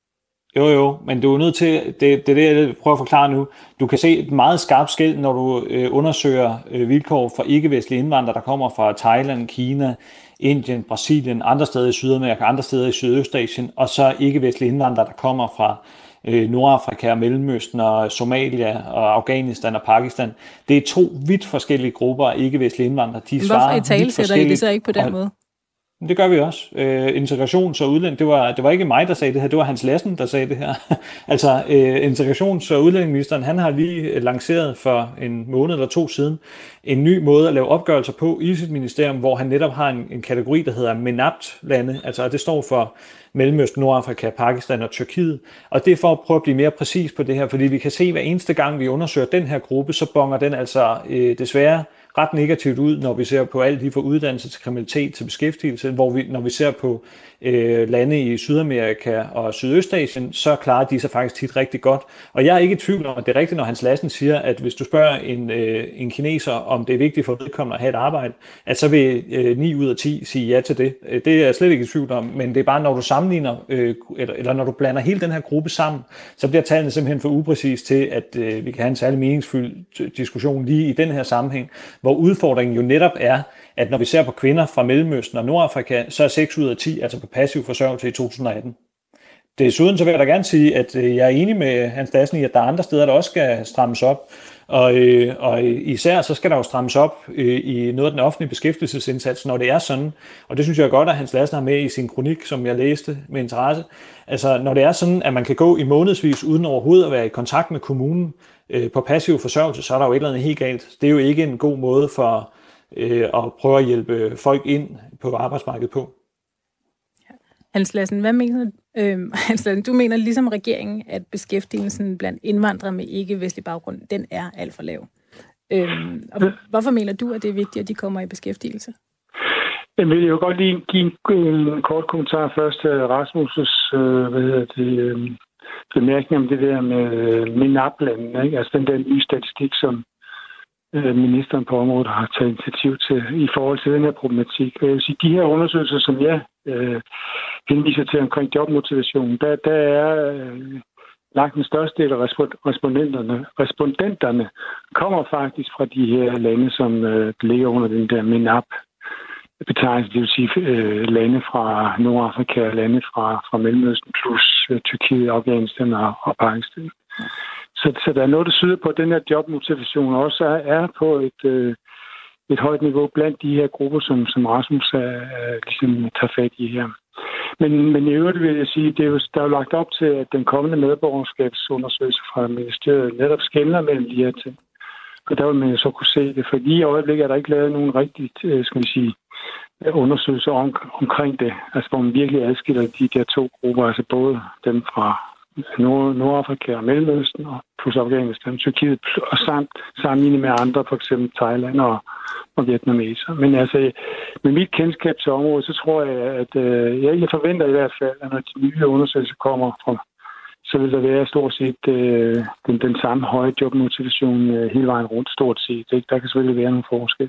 Jo, jo, men du er nødt til, det, det er det, jeg prøver at forklare nu, du kan se et meget skarpt skel, når du øh, undersøger øh, vilkår for ikke-vestlige indvandrere, der kommer fra Thailand, Kina, Indien, Brasilien, andre steder i Sydamerika, andre steder i Sydøstasien, og så ikke-vestlige indvandrere, der kommer fra øh, Nordafrika og Mellemøsten og Somalia og Afghanistan og Pakistan. Det er to vidt forskellige grupper af ikke-vestlige indvandrere. De
Hvorfor i tale sætter I det så ikke på den og, måde?
Det gør vi også. Øh, integrations- og udlænding, det var, det var ikke mig, der sagde det her, det var Hans Lassen, der sagde det her. altså, øh, integrations- og udlændingeministeren, han har lige lanceret for en måned eller to siden en ny måde at lave opgørelser på i sit ministerium, hvor han netop har en, en kategori, der hedder MENAPT-lande, altså det står for Mellemøsten, Nordafrika, Pakistan og Tyrkiet. Og det er for at prøve at blive mere præcis på det her, fordi vi kan se, at hver eneste gang, vi undersøger den her gruppe, så bonger den altså øh, desværre ret negativt ud, når vi ser på alt lige fra uddannelse til kriminalitet til beskæftigelse, hvor vi, når vi ser på øh, lande i Sydamerika og Sydøstasien, så klarer de sig faktisk tit rigtig godt. Og jeg er ikke i tvivl om, at det er rigtigt, når Hans Lassen siger, at hvis du spørger en, øh, en kineser, om det er vigtigt for vedkommende at have et arbejde, at så vil øh, ni ud af ti sige ja til det. Det er jeg slet ikke i tvivl om, men det er bare, når du sammenligner, øh, eller, eller når du blander hele den her gruppe sammen, så bliver tallene simpelthen for upræcis til, at øh, vi kan have en særlig meningsfyldt diskussion lige i den her sammenhæng, hvor udfordringen jo netop er, at når vi ser på kvinder fra Mellemøsten og Nordafrika, så er seks ud af ti altså på passiv forsørgelse i to tusind og atten. Desuden så vil jeg da gerne sige, at jeg er enig med Hans Lassen i, at der er andre steder, der også skal strammes op. Og, øh, og især så skal der jo strammes op øh, i noget af den offentlige beskæftigelsesindsats, når det er sådan. Og det synes jeg godt, at Hans Lassen har med i sin kronik, som jeg læste med interesse. Altså når det er sådan, at man kan gå i månedsvis uden overhovedet at være i kontakt med kommunen øh, på passiv forsørgelse, så er der jo et eller andet helt galt. Det er jo ikke en god måde for øh, at prøve at hjælpe folk ind på arbejdsmarkedet på.
Hans Lassen, hvad mener øh, Hans Lassen, du mener ligesom regeringen, at beskæftigelsen blandt indvandrere med ikke-vestlig baggrund, den er alt for lav. Øh, og hvorfor mener du, at det er vigtigt, at de kommer i beskæftigelse?
Jeg vil jo godt lige give en, en kort kommentar først til Rasmus' øh, hvad hedder det, øh, bemærkning om det der med MENAP-landene, ikke? Altså den der nye statistik, som øh, ministeren på området har taget initiativ til i forhold til den her problematik. Jeg vil sige, de her undersøgelser, som jeg øh, henviser til omkring jobmotivation, der, der er øh, langt den største del af respondenterne, respondenterne kommer faktisk fra de her lande, som øh, ligger under den der MENAP betegnelse, det vil sige øh, lande fra Nordafrika, lande fra, fra Mellemøsten, plus øh, Tyrkiet, Afghanistan og, og Pakistan. Ja. Så, så der er noget, der syder på, at den her jobmotivation også er, er på et, øh, et højt niveau blandt de her grupper, som, som Rasmus er, er, ligesom tager fat i her. Men, men i øvrigt vil jeg sige, det er jo, der er jo lagt op til, at den kommende medborgerskabsundersøgelse fra ministeriet netop skelner mellem de her ting. Og der vil man jo så kunne se det, for lige i øjeblikket er der ikke lavet nogen rigtig, skal vi sige, undersøgelser om, omkring det, altså hvor man virkelig adskiller de der to grupper, altså både dem fra Nord- Nordafrika og Mellemøsten og plus Afghanistan, Tyrkiet og samt sammenlignet med andre, for eksempel Thailand og, og vietnameser. Men altså med mit kendskab til området, så tror jeg, at øh, jeg forventer i hvert fald, at når de nye undersøgelser kommer fra, så vil der være stort set øh, den, den samme høje jobmotivation øh, hele vejen rundt, stort set. Ikke? Der kan selvfølgelig være nogle forskel.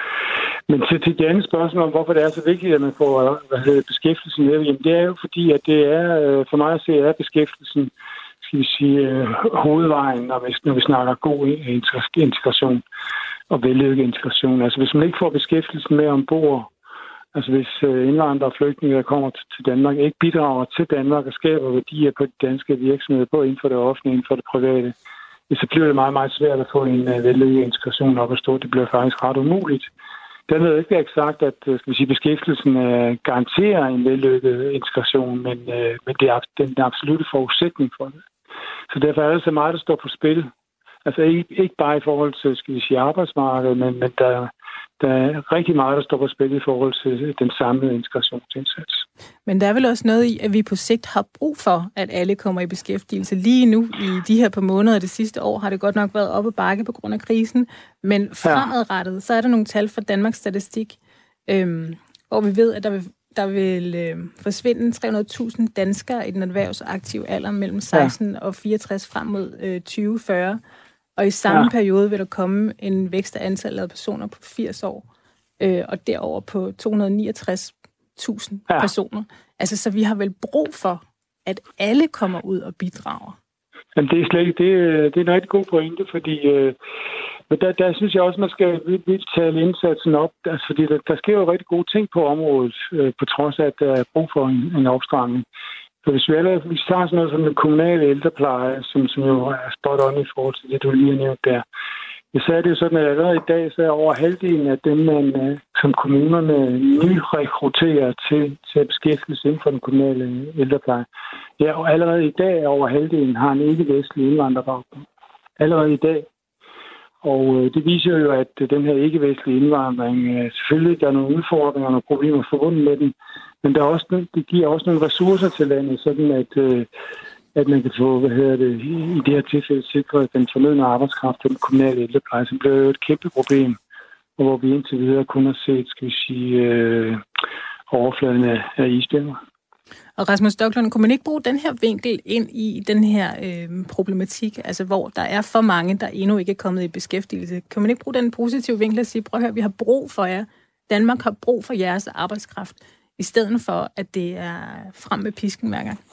Men til, til det andet spørgsmål om, hvorfor det er så vigtigt, at man får hvad hedder, beskæftigelsen med, jamen det er jo fordi, at det er, for mig at se, er beskæftigelsen, skal vi sige, hovedvejen, når vi, når vi snakker god integration og vellykket integration. Altså hvis man ikke får beskæftigelsen med ombord, altså hvis indvandrere og flygtninge, der kommer til Danmark, ikke bidrager til Danmark og skaber værdier på de danske virksomheder, både inden for det offentlige, inden for det private, så bliver det meget, meget svært at få en vellykket integration op at stå. Det bliver faktisk ret umuligt. Den er ikke sagt, at skal vi sige, beskæftigelsen garanterer en vellykket integration, men, men det er den absolutte forudsætning for det. Så derfor er det så meget, der står på spil. Altså ikke, ikke bare i forhold til, skal vi sige, arbejdsmarkedet, men, men der, der er rigtig meget, der står på spil i forhold til den samlede integrationsindsats.
Men der er vel også noget i, at vi på sigt har brug for, at alle kommer i beskæftigelse. Lige nu, i de her par måneder det sidste år, har det godt nok været oppe ad bakke på grund af krisen. Men fremadrettet, så er der nogle tal fra Danmarks Statistik, øhm, hvor vi ved, at der vil, der vil øh, forsvinde tre hundrede tusind danskere i den erhvervsaktive alder mellem seksten ja. og fireogtres frem mod øh, tyve fyrre. Og i samme ja. periode vil der komme en vækst af antallet af personer på firs år, øh, og derover på to hundrede og niogtres tusind ja. personer. Altså, så vi har vel brug for, at alle kommer ud og bidrager.
Jamen, det er slet ikke, det, det er en rigtig god pointe, fordi øh, der, der synes jeg også, man skal virkelig tale indsatsen op, altså, fordi der, der sker jo rigtig gode ting på området, øh, på trods af, at der er brug for en, en opstramning. Så hvis vi, allerede, hvis vi tager sådan noget som den kommunale ældrepleje, som, som jo er spot on i forhold til det, du lige har nævnt der, så er det jo sådan, at allerede i dag, så er over halvdelen af dem, man, som kommunerne nyrekrutterer til, til beskæftigelse inden for den kommunale ældrepleje. Ja, og allerede i dag er over halvdelen har en ikke-vestlig indvandrerbaggrund. Allerede i dag. Og det viser jo, at den her ikke-vestlige indvandring, selvfølgelig der er nogle udfordringer og nogle problemer forbundet med den, men der er også, det giver også nogle ressourcer til landet, sådan at, at man kan få, hvad hedder det, i det her tilfælde sikre den fornødne arbejdskraft til den kommunale ældrepleje, som bliver jo et kæmpe problem, og hvor vi indtil videre kun har set, skal vi sige, øh, overfladen af, af isbjerger.
Og Rasmus Stocklund, kunne man ikke bruge den her vinkel ind i den her øh, problematik, altså hvor der er for mange, der endnu ikke er kommet i beskæftigelse? Kan man ikke bruge den positive vinkel og sige, prøv at høre, vi har brug for jer. Danmark har brug for jeres arbejdskraft, i stedet for, at det er frem med pisken hver gang?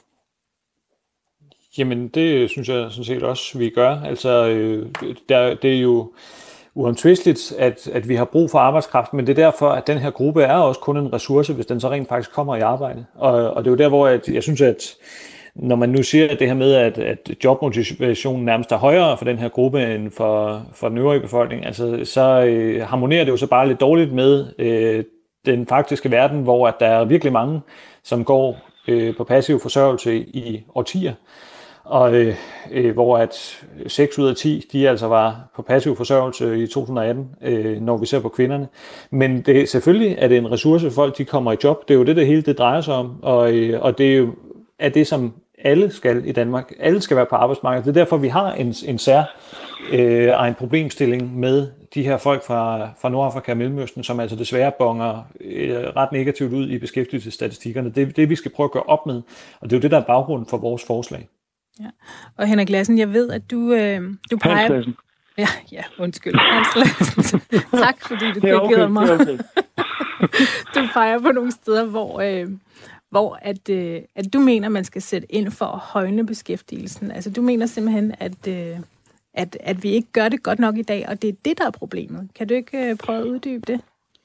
Jamen, det synes jeg sådan set også, vi gør. Altså, øh, der, det er jo uomtvisteligt, at, at vi har brug for arbejdskraft, men det er derfor, at den her gruppe er også kun en ressource, hvis den så rent faktisk kommer i arbejde. Og, og det er jo der, hvor jeg, jeg synes, at når man nu siger at det her med, at, at jobmotivationen nærmest er højere for den her gruppe end for, for den øvrige befolkning, altså, så øh, harmonerer det jo så bare lidt dårligt med øh, den faktiske verden, hvor at der er virkelig mange, som går øh, på passiv forsørgelse i årtier. Og øh, øh, hvor at seks ud af ti, de altså var på passiv forsørgelse i to tusind og atten, øh, når vi ser på kvinderne. Men det, selvfølgelig er det en ressource, folk de kommer i job. Det er jo det, det hele det drejer sig om. Og, øh, og det er jo er det, som alle skal i Danmark. Alle skal være på arbejdsmarkedet. Det er derfor, vi har en, en sær øh, en problemstilling med de her folk fra, fra Nordafrika og Mellemøsten, som altså desværre bonger øh, ret negativt ud i beskæftigelsesstatistikkerne. Det er det, vi skal prøve at gøre op med. Og det er jo det, der er baggrunden for vores forslag.
Ja. Og Henrik Lassen, jeg ved, at du, øh, du peger...
Hans Lassen.
Ja, ja, undskyld. Hans Lassen. Tak, fordi du
korrigerede
okay, mig.
okay.
Du peger på nogle steder, hvor, øh, hvor at, øh, at du mener, man skal sætte ind for at højne beskæftigelsen. Altså, du mener simpelthen, at, øh, at, at vi ikke gør det godt nok i dag, og det er det, der er problemet. Kan du ikke øh, prøve at uddybe det?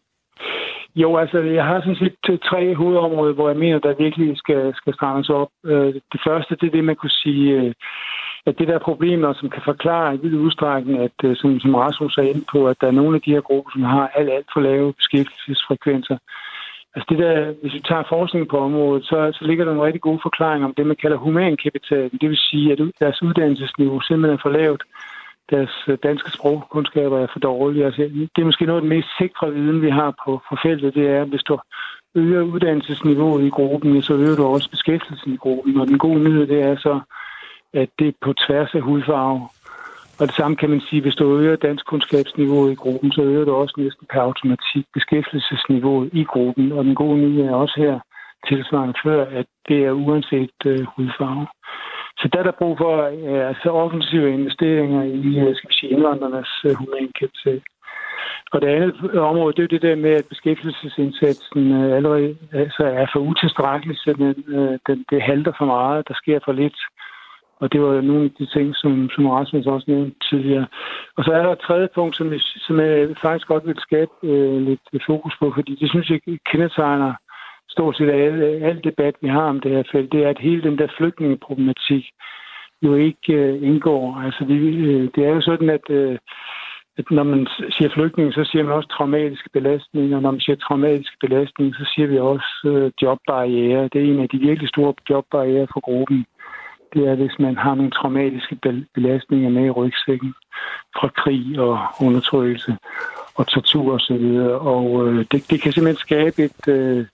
Jo, altså, jeg har sådan set tre hovedområder, hvor jeg mener, der virkelig skal, skal strammes op. Det første, det er det, man kunne sige, at det der problemer, som kan forklare i vid udstrækning, at som, som Rasmus er inde på, at der er nogle af de her grupper, som har alt, alt for lave beskæftigelsesfrekvenser. Altså det der, hvis vi tager forskning på området, så, så ligger der en rigtig god forklaring om det, man kalder humankapital. Det vil sige, at deres uddannelsesniveau simpelthen er for lavt. Deres danske sprogkundskaber er for dårlige. Altså, det er måske noget af den mest sikre viden, vi har på, på feltet, det er, at hvis du øger uddannelsesniveauet i gruppen, så øger du også beskæftigelsen i gruppen. Og den gode nyhed, det er så, at det er på tværs af hudfarve. Og det samme kan man sige, hvis du øger danskkundskabsniveauet i gruppen, så øger du også næsten per automatik beskæftigelsesniveauet i gruppen. Og den gode nyhed er også her tilsvarende før, at det er uanset uh, hudfarve. Så der er der brug for uh, altså offensive investeringer i uh, skal vi sige, indvandrernes uh, humankapital. Og det andet område, det er det der med, at beskæftigelsesindsatsen uh, allerede altså, er for utilstrækkelig, så den, uh, den, det halter for meget, der sker for lidt. Og det var nogle af de ting, som, som Rasmus også nævnte tidligere. Og så er der et tredje punkt, som, som jeg faktisk godt vil skabe uh, lidt fokus på, fordi det synes jeg kendetegner stort set al, al debat, vi har om det her felt, det er, at hele den der flygtningeproblematik jo ikke uh, indgår. Altså, vi, uh, det er jo sådan, at, uh, at når man siger flygtninge, så siger man også traumatiske belastninger. Når man siger traumatiske belastninger, så siger vi også uh, jobbarriere. Det er en af de virkelig store jobbarrierer for gruppen. Det er, hvis man har nogle traumatiske belastninger med i rygsækken fra krig og undertrykkelse og tortur osv. Og, og øh, det, det kan simpelthen skabe et, øh,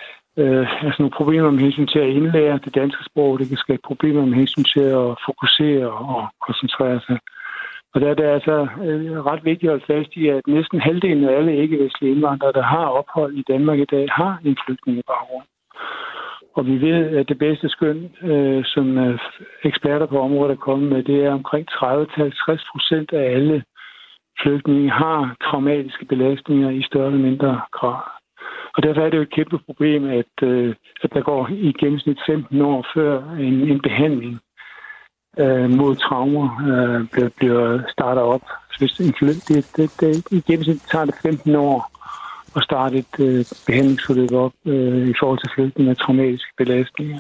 øh, altså nogle problemer med hensyn til at indlære det danske sprog. Det kan skabe problemer med hensyn til at fokusere og koncentrere sig. Og der er det altså øh, ret vigtigt at holde fast i, at næsten halvdelen af alle ikke-vestlige indvandrere, der har ophold i Danmark i dag, har en flygtningebaggrund. Og vi ved, at det bedste skøn, øh, som øh, eksperter på området er kommet med, det er omkring tredive til halvtreds procent af alle flygtninge har traumatiske belastninger i større eller mindre grad. Og derfor er det jo et kæmpe problem, at, øh, at der går i gennemsnit femten år før en, en behandling øh, mod traumer øh, bliver, bliver startet op. Hvis en, det, det, det, I gennemsnit tager det femten år og starte et øh, behandlingsforløb op øh, i forhold til flygtninge med traumatiske belastninger.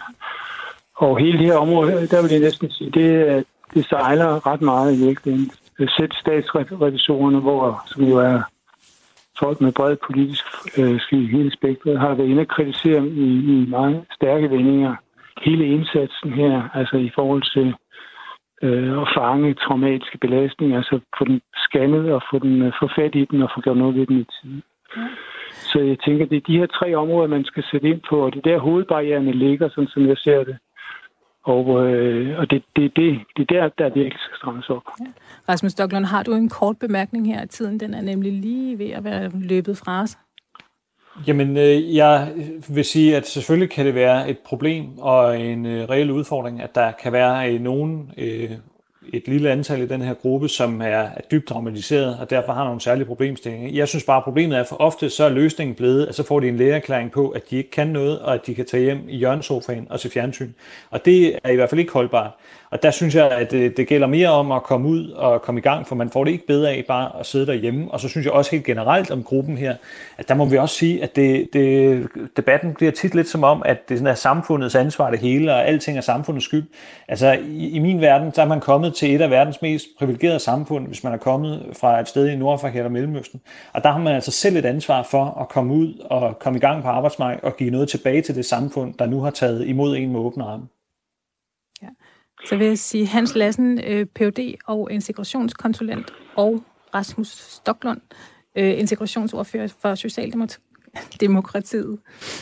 Og hele det her område, der vil jeg næsten sige, det, det sejler ret meget i virkeligheden. Selv statsrevisorerne, hvor, som jo er folk med bred politisk øh, hele spektret, har været inde og kritisere i, i meget stærke vendinger hele indsatsen her, altså i forhold til øh, at fange traumatiske belastninger, altså få den scannet og få den få fat i den og få gjort noget ved den i tiden. Så jeg tænker, det er de her tre områder, man skal sætte ind på, og det er der hovedbarriererne ligger, sådan som jeg ser det. Og, øh, og det, det, det, det er der, der virkelig skal strammes op. Ja.
Rasmus Stoklund, har du en kort bemærkning her? Tiden den er nemlig lige ved at være løbet fra os.
Jamen, øh, jeg vil sige, at selvfølgelig kan det være et problem og en øh, reel udfordring, at der kan være øh, nogen... Øh, et lille antal i den her gruppe, som er, er dybt traumatiseret, og derfor har nogle særlige problemstillinger. Jeg synes bare, at problemet er, for ofte så er løsningen blevet, at så får de en lægeerklæring på, at de ikke kan noget, og at de kan tage hjem i hjørnesofaen og se fjernsyn. Og det er i hvert fald ikke holdbart. Og der synes jeg, at det, det gælder mere om at komme ud og komme i gang, for man får det ikke bedre af bare at sidde derhjemme. Og så synes jeg også helt generelt om gruppen her, at der må vi også sige, at det, det, debatten bliver tit lidt som om, at det sådan er samfundets ansvar det hele, og alting er samfundets skyld. Altså i, i min verden, så er man kommet til et af verdens mest privilegerede samfund, hvis man er kommet fra et sted i Nordafrika eller Mellemøsten. Og der har man altså selv et ansvar for at komme ud og komme i gang på arbejdsmarkedet og give noget tilbage til det samfund, der nu har taget imod en med åbne arme.
Ja. Så vil jeg sige Hans Lassen, P H D og integrationskonsulent, og Rasmus Stoklund, integrationsordfører for Socialdemokratiet.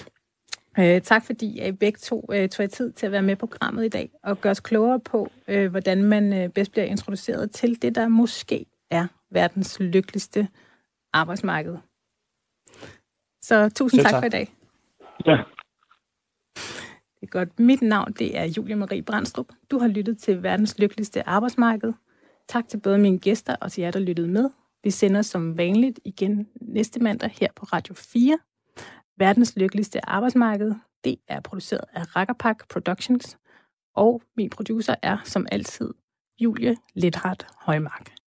Tak fordi I begge to tog jer tid til at være med på programmet i dag og gøre os klogere på, hvordan man bedst bliver introduceret til det, der måske er verdens lykkeligste arbejdsmarked. Så tusind tak. tak for i dag.
Ja.
Det er godt. Mit navn, det er Julie Marie Brandstrup. Du har lyttet til Verdens Lykkeligste Arbejdsmarked. Tak til både mine gæster og til jer, der lyttede med. Vi sender som vanligt igen næste mandag her på Radio fire. Verdens Lykkeligste Arbejdsmarked, det er produceret af Rakkerpak Productions. Og min producer er som altid Julie Lethart Højmark.